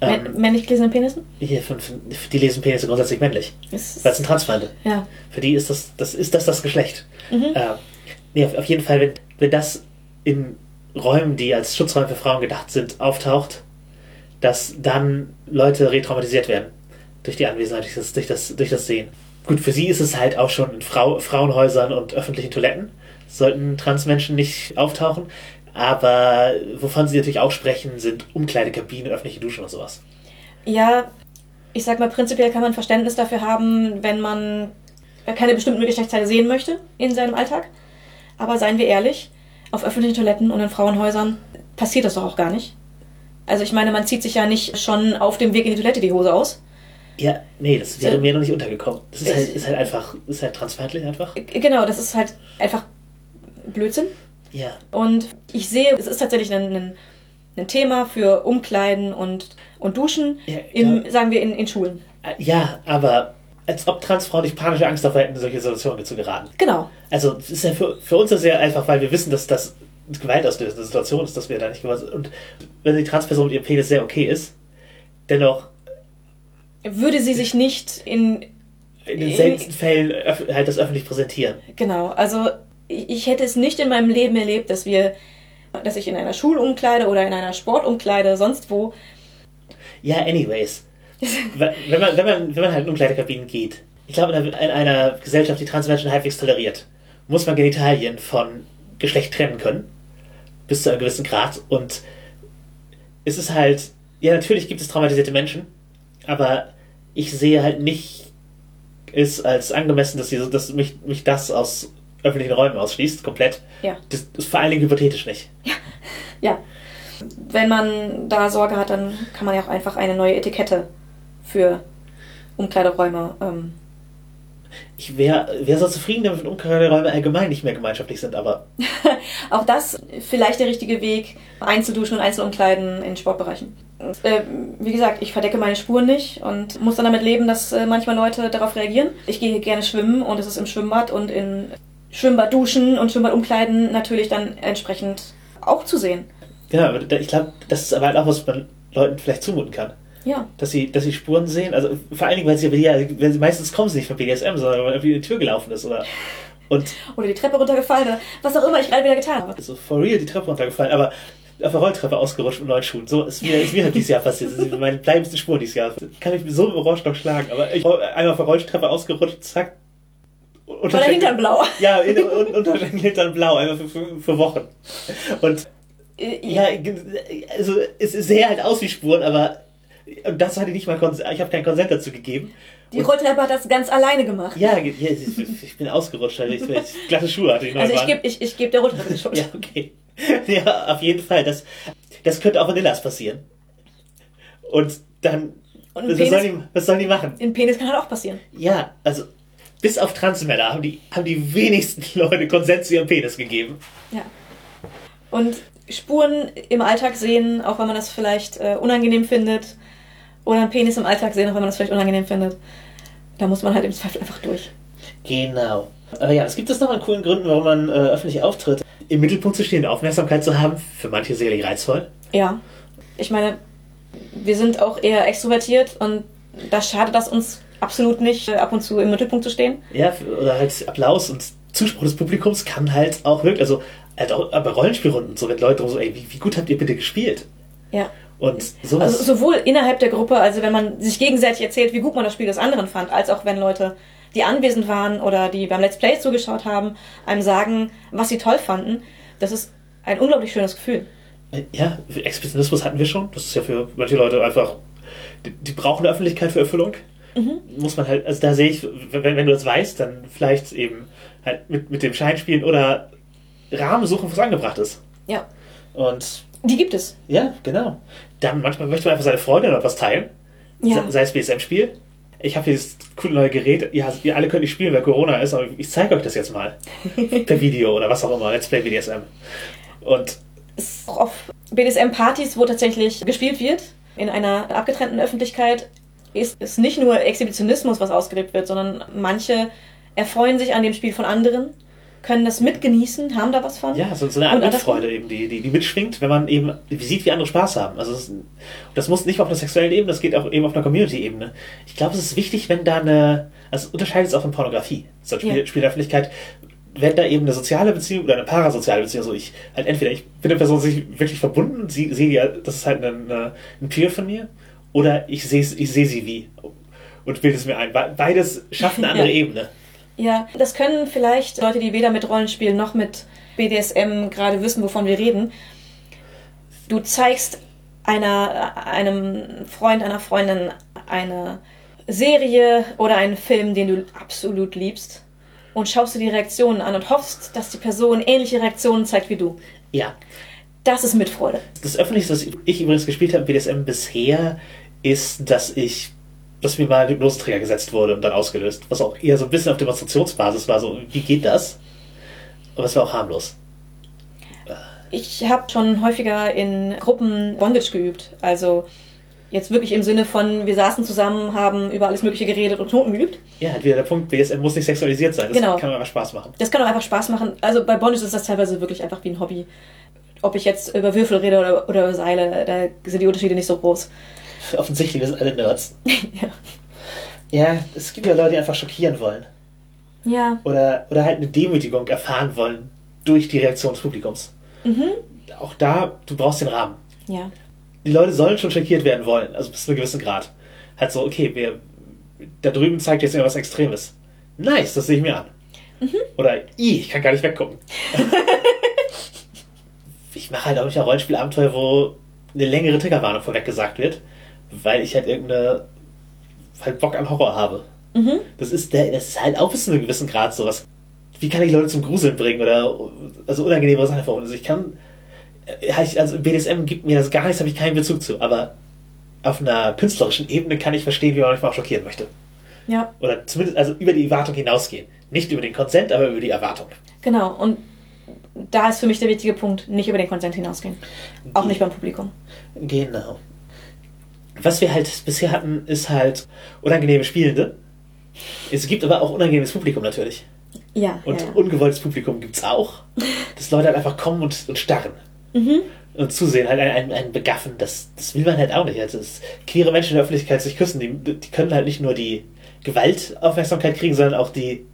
Ähm, Män männlich gelesenen Penissen? hier, für, für, die lesen Penisse grundsätzlich männlich. Weil es sind Transfeinde. Ja. Für die ist das das, ist das, das Geschlecht. Mhm. Äh, nee, auf, auf jeden Fall, wenn, wenn das in Räumen, die als Schutzräume für Frauen gedacht sind, auftaucht, dass dann Leute retraumatisiert werden. Durch die Anwesenheit, durch das, durch das, durch das Sehen. Gut, für sie ist es halt auch schon in Frau, Frauenhäusern und öffentlichen Toiletten. Sollten Transmenschen nicht auftauchen. Aber wovon sie natürlich auch sprechen, sind Umkleidekabinen, öffentliche Duschen und sowas. Ja, ich sag mal, prinzipiell kann man Verständnis dafür haben, wenn man keine bestimmten Geschlechtsteile sehen möchte in seinem Alltag. Aber seien wir ehrlich, auf öffentlichen Toiletten und in Frauenhäusern passiert das doch auch gar nicht. Also ich meine, man zieht sich ja nicht schon auf dem Weg in die Toilette die Hose aus. Ja, nee, das wäre mir noch nicht untergekommen. Das ist halt, ist halt einfach, ist halt transfeindlich einfach. Genau, das ist halt einfach Blödsinn. Ja. Und ich sehe, es ist tatsächlich ein, ein, ein Thema für Umkleiden und, und Duschen, Ja, in, ja. sagen wir, in, in Schulen. Ja, aber als ob Transfrauen nicht panische Angst davor hätten, in solche Situationen zu geraten. Genau. Also es ist ja für, für uns ist ja einfach, weil wir wissen, dass das Gewalt aus der Situation ist, dass wir da nicht gewollt sind. Und wenn die Transperson mit ihrem Penis sehr okay ist, dennoch Würde sie sich nicht in... in den seltensten Fällen öff- halt das öffentlich präsentieren. Genau, also ich, ich hätte es nicht in meinem Leben erlebt, dass wir, dass ich in einer Schulumkleide oder in einer Sportumkleide, sonst wo... Ja, anyways. wenn, man, wenn, man, wenn man halt in Umkleidekabinen geht, ich glaube, in einer, in einer Gesellschaft, die Transmenschen halbwegs toleriert, muss man Genitalien von Geschlecht trennen können. Bis zu einem gewissen Grad. Und es ist halt, ja, natürlich gibt es traumatisierte Menschen, aber ich sehe halt nicht es als angemessen, dass, sie, dass mich, mich das aus öffentlichen Räumen ausschließt, komplett. Ja. Das ist vor allen Dingen hypothetisch nicht. Ja. Wenn man da Sorge hat, dann kann man ja auch einfach eine neue Etikette für Umkleideräume. Ähm. Ich wäre wär so zufrieden, damit Umkleideräume allgemein nicht mehr gemeinschaftlich sind, aber... Auch das vielleicht der richtige Weg, Einzelduschen und Einzelumkleiden in Sportbereichen. Äh, wie gesagt, ich verdecke meine Spuren nicht und muss dann damit leben, dass äh, manchmal Leute darauf reagieren. Ich gehe gerne schwimmen und es ist im Schwimmbad und in Schwimmbadduschen und Schwimmbadumkleiden natürlich dann entsprechend auch zu sehen. Genau, aber ich glaube, das ist aber halt auch, was man Leuten vielleicht zumuten kann. Ja. Dass sie, dass sie Spuren sehen, also vor allen Dingen, weil sie, ja, weil sie meistens kommen sie nicht von B D S M, sondern weil man irgendwie in die Tür gelaufen ist oder und oder die Treppe runtergefallen oder was auch immer ich gerade wieder getan habe. so for real die Treppe runtergefallen, aber auf der Rolltreppe ausgerutscht mit neuen Schuhen. So ist mir, ist mir halt dieses Jahr passiert. Das sind meine bleibendsten Spuren dieses Jahr. Kann ich mir so im Rohrstock schlagen, aber ich einmal auf der Rolltreppe ausgerutscht, zack. War der Hintern blau? Ja, in, un, Unterschenkel Hintern blau, einfach für, für, für Wochen. Und ja, also es sah halt aus wie Spuren, aber das hatte ich nicht mal, ich habe keinen Konsent dazu gegeben. Die Rolltreppe hat das ganz alleine gemacht. Ja, ja ich, ich bin ausgerutscht, weil ich, weil ich glatte Schuhe hatte. Die also ich gebe ich, ich geb der Rolltreppe die Schuld. Ja, okay. Ja, auf jeden Fall. Das, das könnte auch Vanillas passieren. Und dann, Und was, Penis, sollen die, was sollen die machen? In Penis kann halt auch passieren. Ja, also bis auf Transmänner haben die, haben die wenigsten Leute Konsent zu ihrem Penis gegeben. Ja. Und Spuren im Alltag sehen, auch wenn man das vielleicht äh, unangenehm findet, oder einen Penis im Alltag sehen, auch wenn man das vielleicht unangenehm findet, da muss man halt im Zweifel einfach durch. Genau. Aber ja, es gibt es noch an coolen Gründen, warum man äh, öffentlich auftritt. Im Mittelpunkt zu stehen, Aufmerksamkeit zu haben, für manche sicherlich reizvoll. Ja. Ich meine, wir sind auch eher extrovertiert und da schadet das uns absolut nicht, ab und zu im Mittelpunkt zu stehen. Ja, oder halt Applaus und Zuspruch des Publikums kann halt auch wirklich, also halt auch bei Rollenspielrunden, so wenn Leute so, ey, wie, wie gut habt ihr bitte gespielt? Ja. Und sowas. Also sowohl innerhalb der Gruppe, also wenn man sich gegenseitig erzählt, wie gut man das Spiel des anderen fand, als auch wenn Leute, die anwesend waren oder die beim Let's Play zugeschaut haben, einem sagen, was sie toll fanden. Das ist ein unglaublich schönes Gefühl. Ja, Exhibitionismus hatten wir schon. Das ist ja für manche Leute einfach, die, die brauchen eine Öffentlichkeit für Erfüllung. Mhm. Muss man halt, also da sehe ich, wenn, wenn du das weißt, dann vielleicht eben halt mit, mit dem Schein spielen oder Rahmen suchen, was angebracht ist. Ja. Und die gibt es. Ja, genau. Dann manchmal möchte man einfach seine Freundin oder was teilen. Ja. Sei es B S M-Spiel. Ich habe hier das coole neue Gerät. Ja, ihr alle könnt nicht spielen, weil Corona ist, aber ich zeige euch das jetzt mal. Per Video oder was auch immer. Let's Play B D S M. Und auf B D S M-Partys, wo tatsächlich gespielt wird, in einer abgetrennten Öffentlichkeit, ist es nicht nur Exhibitionismus, was ausgelebt wird, sondern manche erfreuen sich an dem Spiel von anderen können das mitgenießen, haben da was von. Ja, so, so eine Art Und Mitfreude eben, die, die, die mitschwingt, wenn man eben sieht, wie andere Spaß haben. Also das, das muss nicht auf einer sexuellen Ebene, das geht auch eben auf einer Community-Ebene. Ich glaube, es ist wichtig, wenn da eine, also es unterscheidet es auch von Pornografie, so Spiel, Ja. Spielöffentlichkeit, wenn da eben eine soziale Beziehung oder eine parasoziale Beziehung, also ich, halt entweder ich bin der Person sich wirklich verbunden, sie sehe ja, das ist halt ein, ein Peer von mir, oder ich sehe ich sehe sie wie und bilde es mir ein. Beides schafft eine andere Ja. Ebene. Ja, das können vielleicht Leute, die weder mit Rollenspielen noch mit B D S M gerade wissen, wovon wir reden. Du zeigst einer, einem Freund, einer Freundin eine Serie oder einen Film, den du absolut liebst und schaust dir die Reaktionen an und hoffst, dass die Person ähnliche Reaktionen zeigt wie du. Ja. Das ist Mitfreude. Das Öffentlichste, was ich übrigens gespielt habe im B D S M bisher, ist, dass ich, dass mir mal ein Hypnoseträger gesetzt wurde und dann ausgelöst. Was auch eher so ein bisschen auf Demonstrationsbasis war, so, wie geht das? Aber es war auch harmlos. Ich habe schon häufiger in Gruppen Bondage geübt. Also jetzt wirklich im Sinne von, wir saßen zusammen, haben über alles Mögliche geredet und Knoten geübt. Ja, halt wieder der Punkt, B D S M muss nicht sexualisiert sein. Das Genau. kann einfach Spaß machen. Das kann auch einfach Spaß machen. Also bei Bondage ist das teilweise wirklich einfach wie ein Hobby. Ob ich jetzt über Würfel rede oder, oder über Seile, da sind die Unterschiede nicht so groß. Offensichtlich, wir sind alle Nerds. Ja. Ja, es gibt ja Leute, die einfach schockieren wollen. Ja. Oder, oder halt eine Demütigung erfahren wollen durch die Reaktion des Publikums. Mhm. Auch da, du brauchst den Rahmen. Ja. Die Leute sollen schon schockiert werden wollen, also bis zu einem gewissen Grad. Halt so, okay, wir, da drüben zeigt jetzt irgendwas Extremes. Nice, das sehe ich mir an. Mhm. Oder, i, ich kann gar nicht weggucken. Ich mache halt auch nicht ein Rollenspielabenteuer, wo eine längere Triggerwarnung vorweg gesagt wird, weil ich halt irgendeine, halt Bock an Horror habe. Mhm. Das ist, der, das ist halt auch bis zu einem gewissen Grad sowas. Wie kann ich Leute zum Gruseln bringen oder also unangenehmere Sachen hervorholen? Also ich kann, also B D S M gibt mir das gar nichts, habe ich keinen Bezug zu, aber auf einer künstlerischen Ebene kann ich verstehen, wie man manchmal auch schockieren möchte. Ja. Oder zumindest also über die Erwartung hinausgehen. Nicht über den Konsent, aber über die Erwartung. Genau. Und da ist für mich der wichtige Punkt, nicht über den Konsent hinausgehen. Auch nicht beim Publikum. Genau. Was wir halt bisher hatten, ist halt unangenehme Spielende. Es gibt aber auch unangenehmes Publikum natürlich. Ja. Und ja, ja. ungewolltes Publikum gibt es auch. Dass Leute halt einfach kommen und, und starren. Mhm. Und zusehen, halt ein, ein, ein Begaffen. Das, das will man halt auch nicht. Also das, queere Menschen in der Öffentlichkeit sich küssen, die, die können halt nicht nur die Gewaltaufmerksamkeit kriegen, sondern auch die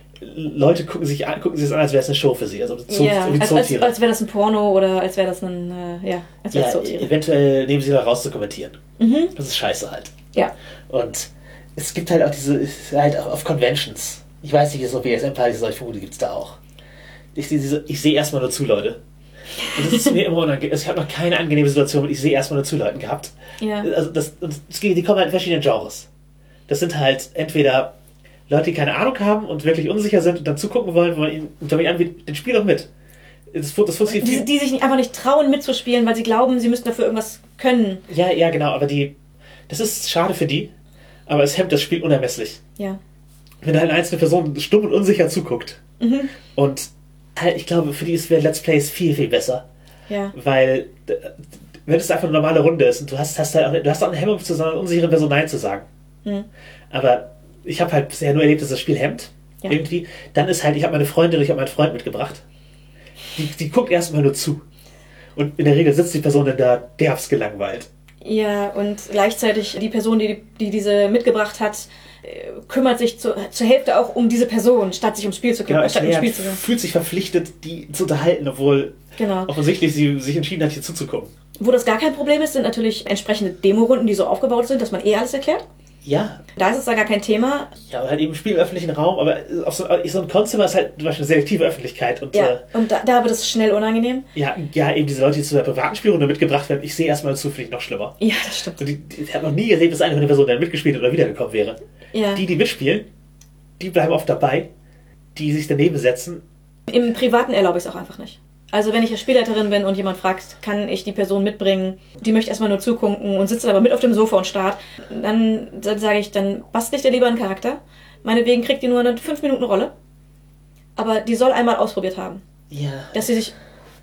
Leute gucken sich an, gucken sich das an, als wäre es eine Show für sie. Also Zoo, Ja, wie als, als, Zootiere. als wäre das ein Porno oder als wäre das ein, äh, ja, als wäre Ja, das Zootiere. eventuell nehmen sie da raus zu kommentieren. Mhm. Das ist scheiße halt. Ja. Und es gibt halt auch diese, halt auch auf Conventions. Ich weiß nicht, so B S M-Partys, aber ich vermute, gibt es da auch. Ich, diese, ich sehe erstmal nur zu, Leute. Und das ist mir immer unangenehm. Ich habe noch keine angenehme Situation mit ich sehe erstmal nur zu Leuten gehabt. Ja. Also das, das, die kommen halt in verschiedenen Genres. Das sind halt entweder Leute, die keine Ahnung haben und wirklich unsicher sind und dann zugucken wollen, wo man ihnen, und dann anbietet, den Spiel doch mit. Das, das funktioniert Die, viel. die sich einfach nicht trauen mitzuspielen, weil sie glauben, sie müssten dafür irgendwas können. Ja, ja, genau, aber die, das ist schade für die, aber es hemmt das Spiel unermesslich. Ja. Wenn halt eine einzelne Person stumm und unsicher zuguckt. Mhm. Und halt, ich glaube, für die ist Let's Plays viel, viel besser. Ja. Weil, d- d- wenn es einfach eine normale Runde ist und du hast, hast halt auch, du hast auch eine Hemmung, zu so einer unsicheren Person Nein zu sagen. Mhm. Aber ich habe halt bisher nur erlebt, dass das Spiel hemmt. Ja. Irgendwie. Dann ist halt, ich habe meine Freundin und ich habe meinen Freund mitgebracht. Die, die guckt erstmal nur zu. Und in der Regel sitzt die Person dann da derfst gelangweilt. Ja, und gleichzeitig die Person, die, die diese mitgebracht hat, äh, kümmert sich zu, zur Hälfte auch um diese Person, statt sich ums Spiel zu kümmern. Genau, statt ums erklärt, Spiel zu kümmern. fühlt sich verpflichtet, die zu unterhalten, obwohl Genau. offensichtlich sie sich entschieden hat, hier zuzugucken. Wo das gar kein Problem ist, sind natürlich entsprechende Demorunden, die so aufgebaut sind, dass man eh alles erklärt. Ja, Da ist es da gar kein Thema. ja, aber halt eben Spiel im öffentlichen Raum, aber auf so, so ein Consumer ist halt zum Beispiel eine selektive Öffentlichkeit. Und Ja. äh, Und da, da wird es schnell unangenehm. ja, ja, eben diese Leute, die zu der privaten Spielrunde mitgebracht werden, ich sehe erstmal zu, finde ich noch schlimmer. Ja, das stimmt. Und die, die, ich habe noch nie erlebt, dass eine von den Personen dann mitgespielt oder wiedergekommen wäre. Ja. Die, die mitspielen, die bleiben oft dabei, die sich daneben setzen. Im Privaten erlaube ich es auch einfach nicht. Also wenn ich als Spielleiterin bin und jemand fragt, kann ich die Person mitbringen, die möchte erstmal nur zugucken und sitzt aber mit auf dem Sofa und starrt, dann, dann sage ich, dann bastel ich dir lieber einen Charakter. Meinetwegen kriegt die nur eine fünf Minuten Rolle. Aber die soll einmal ausprobiert haben. Ja. Dass sie sich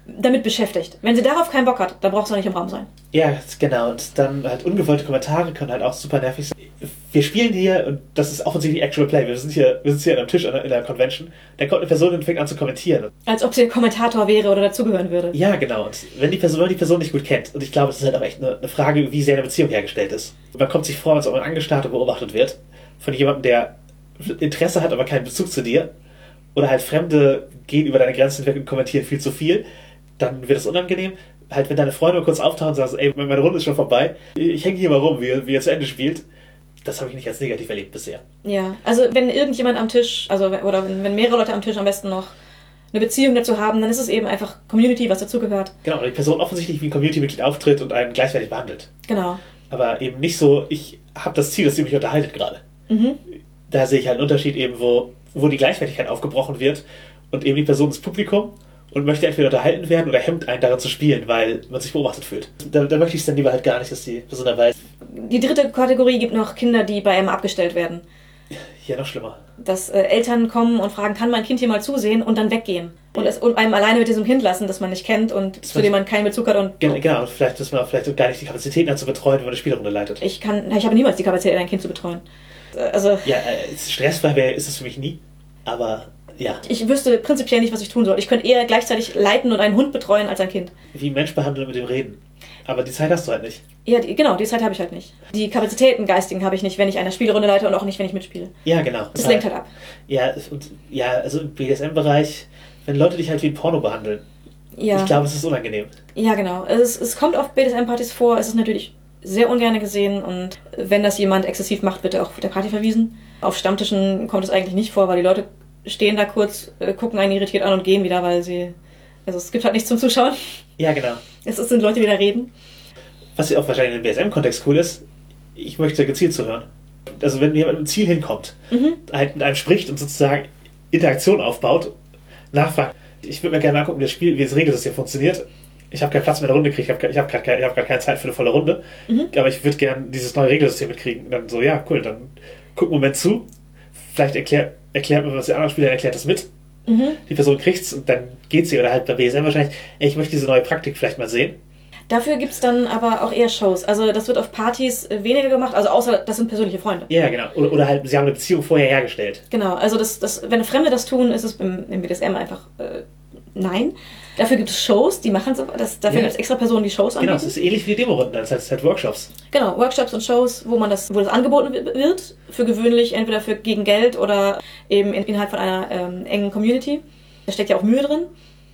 damit beschäftigt. Wenn sie darauf keinen Bock hat, dann braucht sie auch nicht im Raum sein. Ja, genau. Und dann halt ungewollte Kommentare können halt auch super nervig sein. Wir spielen hier, und das ist offensichtlich Actual Play, wir sind hier, wir sitzen hier an einem Tisch in der Convention, da kommt eine Person und fängt an zu kommentieren. Als ob sie ein Kommentator wäre oder dazugehören würde. Ja, genau. Und wenn die Person, wenn man die Person nicht gut kennt, und ich glaube, es ist halt auch echt eine, eine Frage, wie sehr eine Beziehung hergestellt ist. Man kommt sich vor, als ob man angestarrt und beobachtet wird von jemandem, der Interesse hat, aber keinen Bezug zu dir. Oder halt Fremde gehen über deine Grenzen hinweg und kommentieren viel zu viel. Dann wird es unangenehm. Halt, wenn deine Freunde mal kurz auftauchen und sagen, ey, meine Runde ist schon vorbei, ich hänge hier mal rum, wie, wie ihr zu Ende spielt. Das habe ich nicht als negativ erlebt bisher. Ja, also wenn irgendjemand am Tisch, also oder wenn, wenn mehrere Leute am Tisch am besten noch eine Beziehung dazu haben, dann ist es eben einfach Community, was dazugehört. Genau, weil die Person offensichtlich wie ein Community-Mitglied auftritt und einen gleichwertig behandelt. Genau. Aber eben nicht so, ich habe das Ziel, dass ihr mich unterhaltet gerade. Mhm. Da sehe ich halt einen Unterschied eben, wo, wo die Gleichwertigkeit aufgebrochen wird und eben die Person ist Publikum und möchte entweder unterhalten werden oder hemmt einen daran zu spielen, weil man sich beobachtet fühlt. Da, da möchte ich es dann lieber halt gar nicht, dass die Person dabei ist. Die dritte Kategorie gibt noch Kinder, die bei einem abgestellt werden. Ja, noch schlimmer. Dass äh, Eltern kommen und fragen, kann mein Kind hier mal zusehen und dann weggehen. Und, es, und einem alleine mit diesem Kind lassen, das man nicht kennt und das zu dem man keinen Bezug hat. Und Genau, genau. Und vielleicht, dass man auch vielleicht gar nicht die Kapazitäten hat zu betreuen, wenn man eine Spielrunde leitet. Ich kann, ich habe niemals die Kapazität, ein Kind zu betreuen. Also, ja, äh, stressfrei wäre, ist es für mich nie. Aber ja. Ich wüsste prinzipiell nicht, was ich tun soll. Ich könnte eher gleichzeitig leiten und einen Hund betreuen als ein Kind. Wie ein Mensch behandeln und mit dem reden. Aber die Zeit hast du halt nicht. Ja, die, genau, die Zeit habe ich halt nicht. Die Kapazitäten geistigen habe ich nicht, wenn ich eine Spielrunde leite und auch nicht, wenn ich mitspiele. Ja, genau. Das lenkt halt ab. Ja, und, ja, also im B D S M-Bereich, wenn Leute dich halt wie ein Porno behandeln, ja. Ich glaube, es ist unangenehm. Ja, genau. Es, es kommt auf B D S M-Partys vor, es ist natürlich sehr ungern gesehen und wenn das jemand exzessiv macht, wird er auch der Party verwiesen. Auf Stammtischen kommt es eigentlich nicht vor, weil die Leute stehen da kurz, gucken einen irritiert an und gehen wieder, weil sie... Also es gibt halt nichts zum Zuschauen. Ja, genau. Es sind Leute, die da reden. Was ja auch wahrscheinlich im B S M-Kontext cool ist, ich möchte gezielt zuhören. Also wenn jemand mit einem Ziel hinkommt, mhm. halt mit einem spricht und sozusagen Interaktion aufbaut, nachfragt. Ich würde mir gerne angucken, wie das Spiel, wie das Regelsystem funktioniert. Ich habe keinen Platz mehr in der Runde gekriegt, ich habe gerade keine, hab keine Zeit für eine volle Runde, mhm. aber ich würde gerne dieses neue Regelsystem mitkriegen. Und dann so, ja, cool, dann guck einen Moment zu. Vielleicht erklärt, erklärt mir, was der andere Spieler erklärt das mit. Mhm. Die Person kriegt's und dann geht sie, oder halt bei B S M wahrscheinlich, ey, ich möchte diese neue Praktik vielleicht mal sehen. Dafür gibt's dann aber auch eher Shows. Also das wird auf Partys weniger gemacht, also außer das sind persönliche Freunde. Ja, genau. Oder, oder halt, sie haben eine Beziehung vorher hergestellt. Genau, also das, das, wenn Fremde das tun, ist es im, im B D S M einfach äh, nein. Dafür gibt es Shows, die machen so, das, dafür ja. gibt es extra Personen, die Shows anbieten. Genau, es ist ähnlich wie die Demo-Runden, das heißt halt Workshops. Genau, Workshops und Shows, wo man das, wo das angeboten wird, für gewöhnlich, entweder für gegen Geld oder eben in, innerhalb von einer ähm, engen Community. Da steckt ja auch Mühe drin.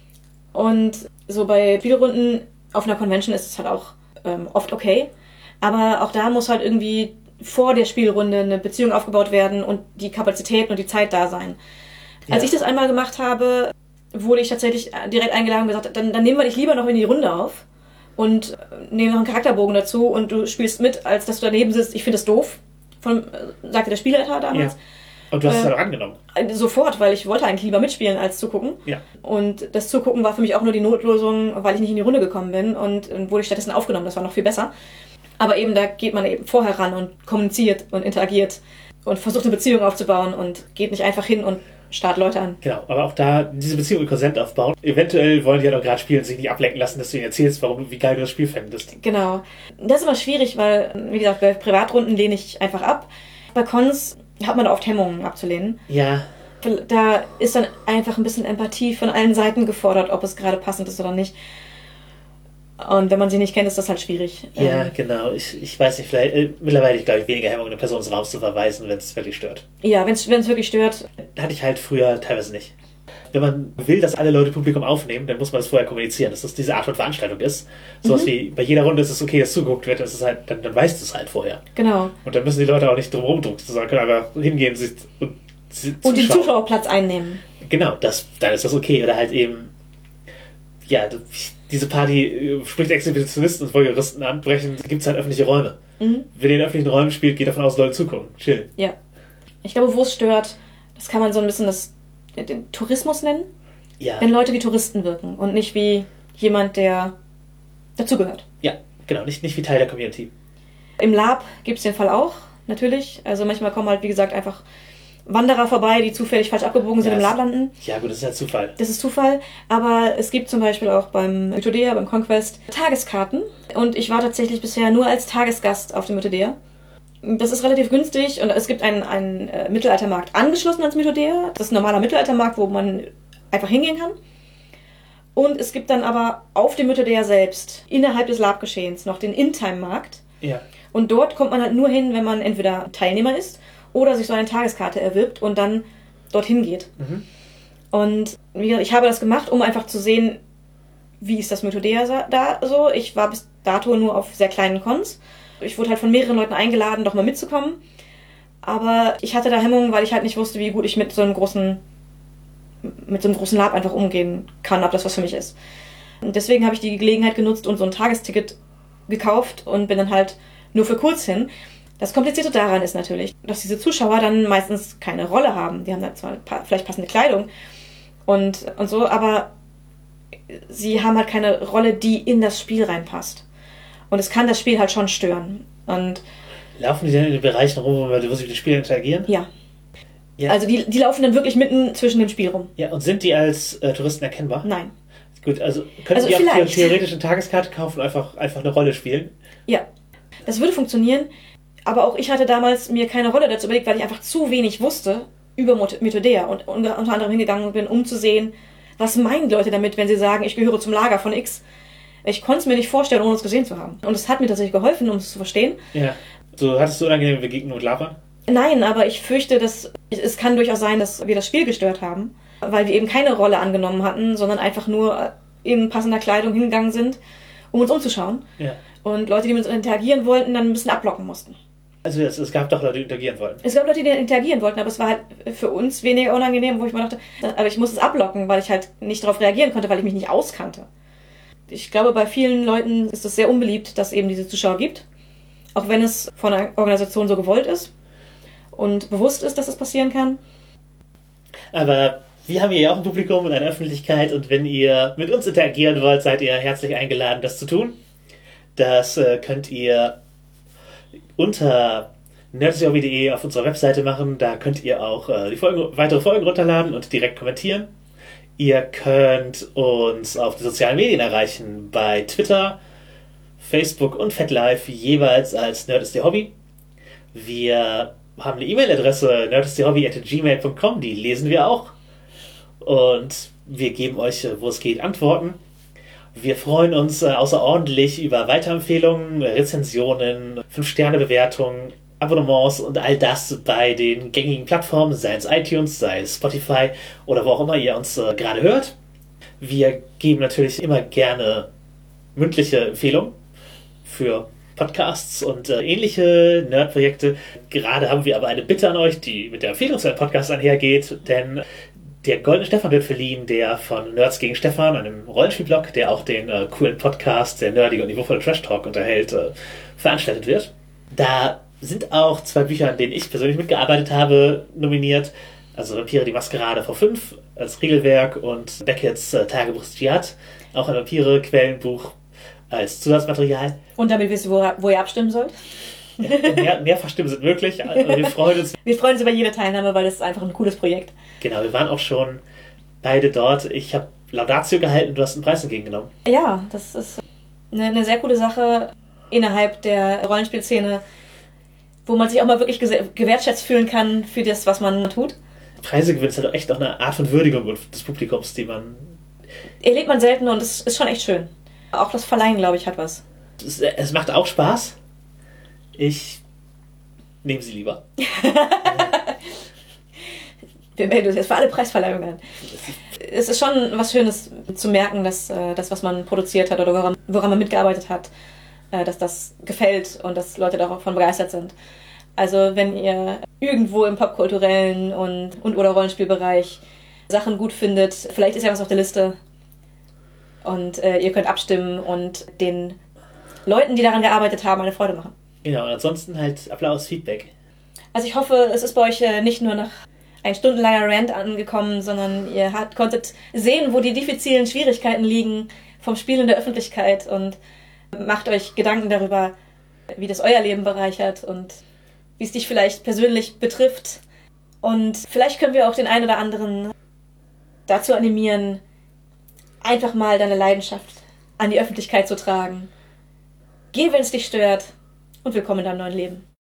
Und so bei Spielrunden auf einer Convention ist es halt auch ähm, oft okay. Aber auch da muss halt irgendwie vor der Spielrunde eine Beziehung aufgebaut werden und die Kapazitäten und die Zeit da sein. Ja. Als ich das einmal gemacht habe, wurde ich tatsächlich direkt eingeladen und gesagt, dann, dann nehmen wir dich lieber noch in die Runde auf und nehmen noch einen Charakterbogen dazu und du spielst mit, als dass du daneben sitzt. Ich finde das doof, von, sagte der Spielleiter damals. Ja. Und du hast äh, es dann auch angenommen? Sofort, weil ich wollte eigentlich lieber mitspielen als zugucken. Ja. Und das Zugucken war für mich auch nur die Notlösung, weil ich nicht in die Runde gekommen bin und, und wurde ich stattdessen aufgenommen. Das war noch viel besser. Aber eben, da geht man eben vorher ran und kommuniziert und interagiert und versucht eine Beziehung aufzubauen und geht nicht einfach hin und starrt Leute an. Genau, aber auch da diese Beziehung konsent aufbauen. Eventuell wollen die ja doch gerade spielen und sich nicht ablenken lassen, dass du ihnen erzählst, warum, wie geil du das Spiel fändest. Genau. Das ist immer schwierig, weil, wie gesagt, bei Privatrunden lehne ich einfach ab. Bei Cons hat man oft Hemmungen abzulehnen. Ja. Da ist dann einfach ein bisschen Empathie von allen Seiten gefordert, ob es gerade passend ist oder nicht. Und wenn man sie nicht kennt, ist das halt schwierig. Ja, ähm, genau. Ich, ich weiß nicht, vielleicht, äh, mittlerweile glaube ich weniger Hemmung, eine Person ins Raum zu verweisen, wenn es wirklich stört. Ja, wenn es wirklich stört. Hatte ich halt früher teilweise nicht. Wenn man will, dass alle Leute Publikum aufnehmen, dann muss man das vorher kommunizieren, dass das diese Art von Veranstaltung ist. Sowas mhm. wie, bei jeder Runde ist es okay, dass zugeguckt wird, das ist halt, dann, dann weißt du es halt vorher. Genau. Und dann müssen die Leute auch nicht drum rumdrucken, sondern können einfach hingehen sich und sie Und den Zuschauerplatz einnehmen. Genau, das, dann ist das okay. Oder halt eben, ja, diese Party spricht Exhibitionisten und Voyeuristen an, brechen, gibt es halt öffentliche Räume. Mhm. Wenn ihr in öffentlichen Räumen spielt, geht davon aus, Leute zugucken. Chill. Ja. Ich glaube, wo es stört, das kann man so ein bisschen das, den Tourismus nennen. Ja. Wenn Leute wie Touristen wirken und nicht wie jemand, der dazugehört. Ja, genau, nicht, nicht wie Teil der Community. Im Lab gibt es den Fall auch, natürlich. Also manchmal kommen halt, wie gesagt, einfach Wanderer vorbei, die zufällig falsch abgebogen sind Ja, im das- Lab landen. Ja gut, das ist ja Zufall. Das ist Zufall, aber es gibt zum Beispiel auch beim Mythodea, beim Conquest, Tageskarten. Und ich war tatsächlich bisher nur als Tagesgast auf dem Mythodea. Das ist relativ günstig und es gibt einen, einen äh, Mittelaltermarkt angeschlossen ans Mythodea. Das ist ein normaler Mittelaltermarkt, wo man einfach hingehen kann. Und es gibt dann aber auf dem Mythodea selbst, innerhalb des Lab-Geschehens, noch den In-Time-Markt. Ja. Und dort kommt man halt nur hin, wenn man entweder Teilnehmer ist oder sich so eine Tageskarte erwirbt und dann dorthin geht. Mhm. Und wie gesagt, ich habe das gemacht, um einfach zu sehen, wie ist das Mythodea sa- da so. Ich war bis dato nur auf sehr kleinen Cons. Ich wurde halt von mehreren Leuten eingeladen, doch mal mitzukommen. Aber ich hatte da Hemmungen, weil ich halt nicht wusste, wie gut ich mit so einem großen, mit so einem großen Lab einfach umgehen kann, ob das was für mich ist. Und deswegen habe ich die Gelegenheit genutzt und so ein Tagesticket gekauft und bin dann halt nur für kurz hin. Das Komplizierte daran ist natürlich, dass diese Zuschauer dann meistens keine Rolle haben. Die haben dann zwar pa- vielleicht passende Kleidung und, und so, aber sie haben halt keine Rolle, die in das Spiel reinpasst. Und es kann das Spiel halt schon stören. Und Laufen die denn in den Bereichen rum, wo wir- wo sie mit den Spielern interagieren? ja. Ja. Also die, die laufen dann wirklich mitten zwischen dem Spiel rum. Ja, und sind die als äh, Touristen erkennbar? Nein. Gut, also können Also die auch vielleicht. theoretisch eine Tageskarte kaufen und einfach, einfach eine Rolle spielen? Ja. Das würde funktionieren, aber auch ich hatte damals mir keine Rolle dazu überlegt, weil ich einfach zu wenig wusste über Mot- Mythodea und unter unter anderem hingegangen bin, um zu sehen, was meinen die Leute damit, wenn sie sagen, ich gehöre zum Lager von X. Ich konnte es mir nicht vorstellen, ohne es gesehen zu haben. Und es hat mir tatsächlich geholfen, um es zu verstehen. Ja. So, hattest du unangenehme Begegnungen mit Labern? Nein, aber ich fürchte, dass es kann durchaus sein, dass wir das Spiel gestört haben, weil wir eben keine Rolle angenommen hatten, sondern einfach nur in passender Kleidung hingegangen sind, um uns umzuschauen. Ja. Und Leute, die mit uns interagieren wollten, dann ein bisschen abblocken mussten. Also es, es gab doch Leute, die interagieren wollten. Es gab Leute, die interagieren wollten, aber es war halt für uns weniger unangenehm, wo ich mir dachte, aber ich muss es abblocken, weil ich halt nicht darauf reagieren konnte, weil ich mich nicht auskannte. Ich glaube, bei vielen Leuten ist es sehr unbeliebt, dass es eben diese Zuschauer gibt, auch wenn es von der Organisation so gewollt ist und bewusst ist, dass es passieren kann. Aber wir haben hier ja auch ein Publikum und eine Öffentlichkeit und wenn ihr mit uns interagieren wollt, seid ihr herzlich eingeladen, das zu tun. Das äh, könnt ihr unter nerdsy hobby punkt de auf unserer Webseite machen. Da könnt ihr auch äh, die Folgen, weitere Folgen runterladen und direkt kommentieren. Ihr könnt uns auf die sozialen Medien erreichen, bei Twitter, Facebook und FetLife jeweils als nerdsy-hobby. Wir haben eine E-Mail-Adresse nerdsy-hobby at gmail punkt com, die lesen wir auch. Und wir geben euch, wo es geht, Antworten. Wir freuen uns äh, außerordentlich über Weiterempfehlungen, Rezensionen, fünf Sterne Bewertungen, Abonnements und all das bei den gängigen Plattformen, sei es iTunes, sei es Spotify oder wo auch immer ihr uns äh, gerade hört. Wir geben natürlich immer gerne mündliche Empfehlungen für Podcasts und äh, ähnliche Nerd-Projekte. Gerade haben wir aber eine Bitte an euch, die mit der Empfehlung zu einem Podcast einhergeht, denn der Goldene Stefan wird verliehen, der von Nerds gegen Stefan, einem Rollenspielblog, der auch den äh, coolen Podcast, der nerdige und niveauvolle Trash Talk unterhält, äh, veranstaltet wird. Da sind auch zwei Bücher, an denen ich persönlich mitgearbeitet habe, nominiert. Also Vampire, die Maskerade V fünf als Regelwerk und Beckett's äh, Tagebuch-Dschihad, auch ein Vampire-Quellenbuch als Zusatzmaterial. Und damit wisst ihr, wo, wo ihr abstimmen sollt. Mehr, mehrfach Stimmen sind möglich. Also wir freuen uns. Wir freuen uns über jede Teilnahme, weil das ist einfach ein cooles Projekt. Genau, wir waren auch schon beide dort. Ich habe Laudatio gehalten, du hast einen Preis entgegengenommen. Ja, das ist eine, eine sehr coole Sache innerhalb der Rollenspielszene, wo man sich auch mal wirklich gese- gewertschätzt fühlen kann für das, was man tut. Preise gewinnen ist halt auch echt auch eine Art von Würdigung des Publikums, die man... Erlebt man selten und es ist schon echt schön. Auch das Verleihen, glaube ich, hat was. Es, es macht auch Spaß. Ich nehme sie lieber. Wir melden uns jetzt für alle Preisverleihungen an. Es ist schon was Schönes zu merken, dass äh, das, was man produziert hat oder woran, woran man mitgearbeitet hat, äh, dass das gefällt und dass Leute davon begeistert sind. Also wenn ihr irgendwo im popkulturellen und, und oder Rollenspielbereich Sachen gut findet, vielleicht ist ja was auf der Liste und äh, ihr könnt abstimmen und den Leuten, die daran gearbeitet haben, eine Freude machen. Genau, und ansonsten halt Applaus, Feedback. Also ich hoffe, es ist bei euch äh, nicht nur nach ein stundenlanger Rant angekommen, sondern ihr hat, konntet sehen, wo die diffizilen Schwierigkeiten liegen vom Spiel in der Öffentlichkeit und macht euch Gedanken darüber, wie das euer Leben bereichert und wie es dich vielleicht persönlich betrifft. Und vielleicht können wir auch den einen oder anderen dazu animieren, einfach mal deine Leidenschaft an die Öffentlichkeit zu tragen. Geh, wenn es dich stört, und willkommen in deinem neuen Leben.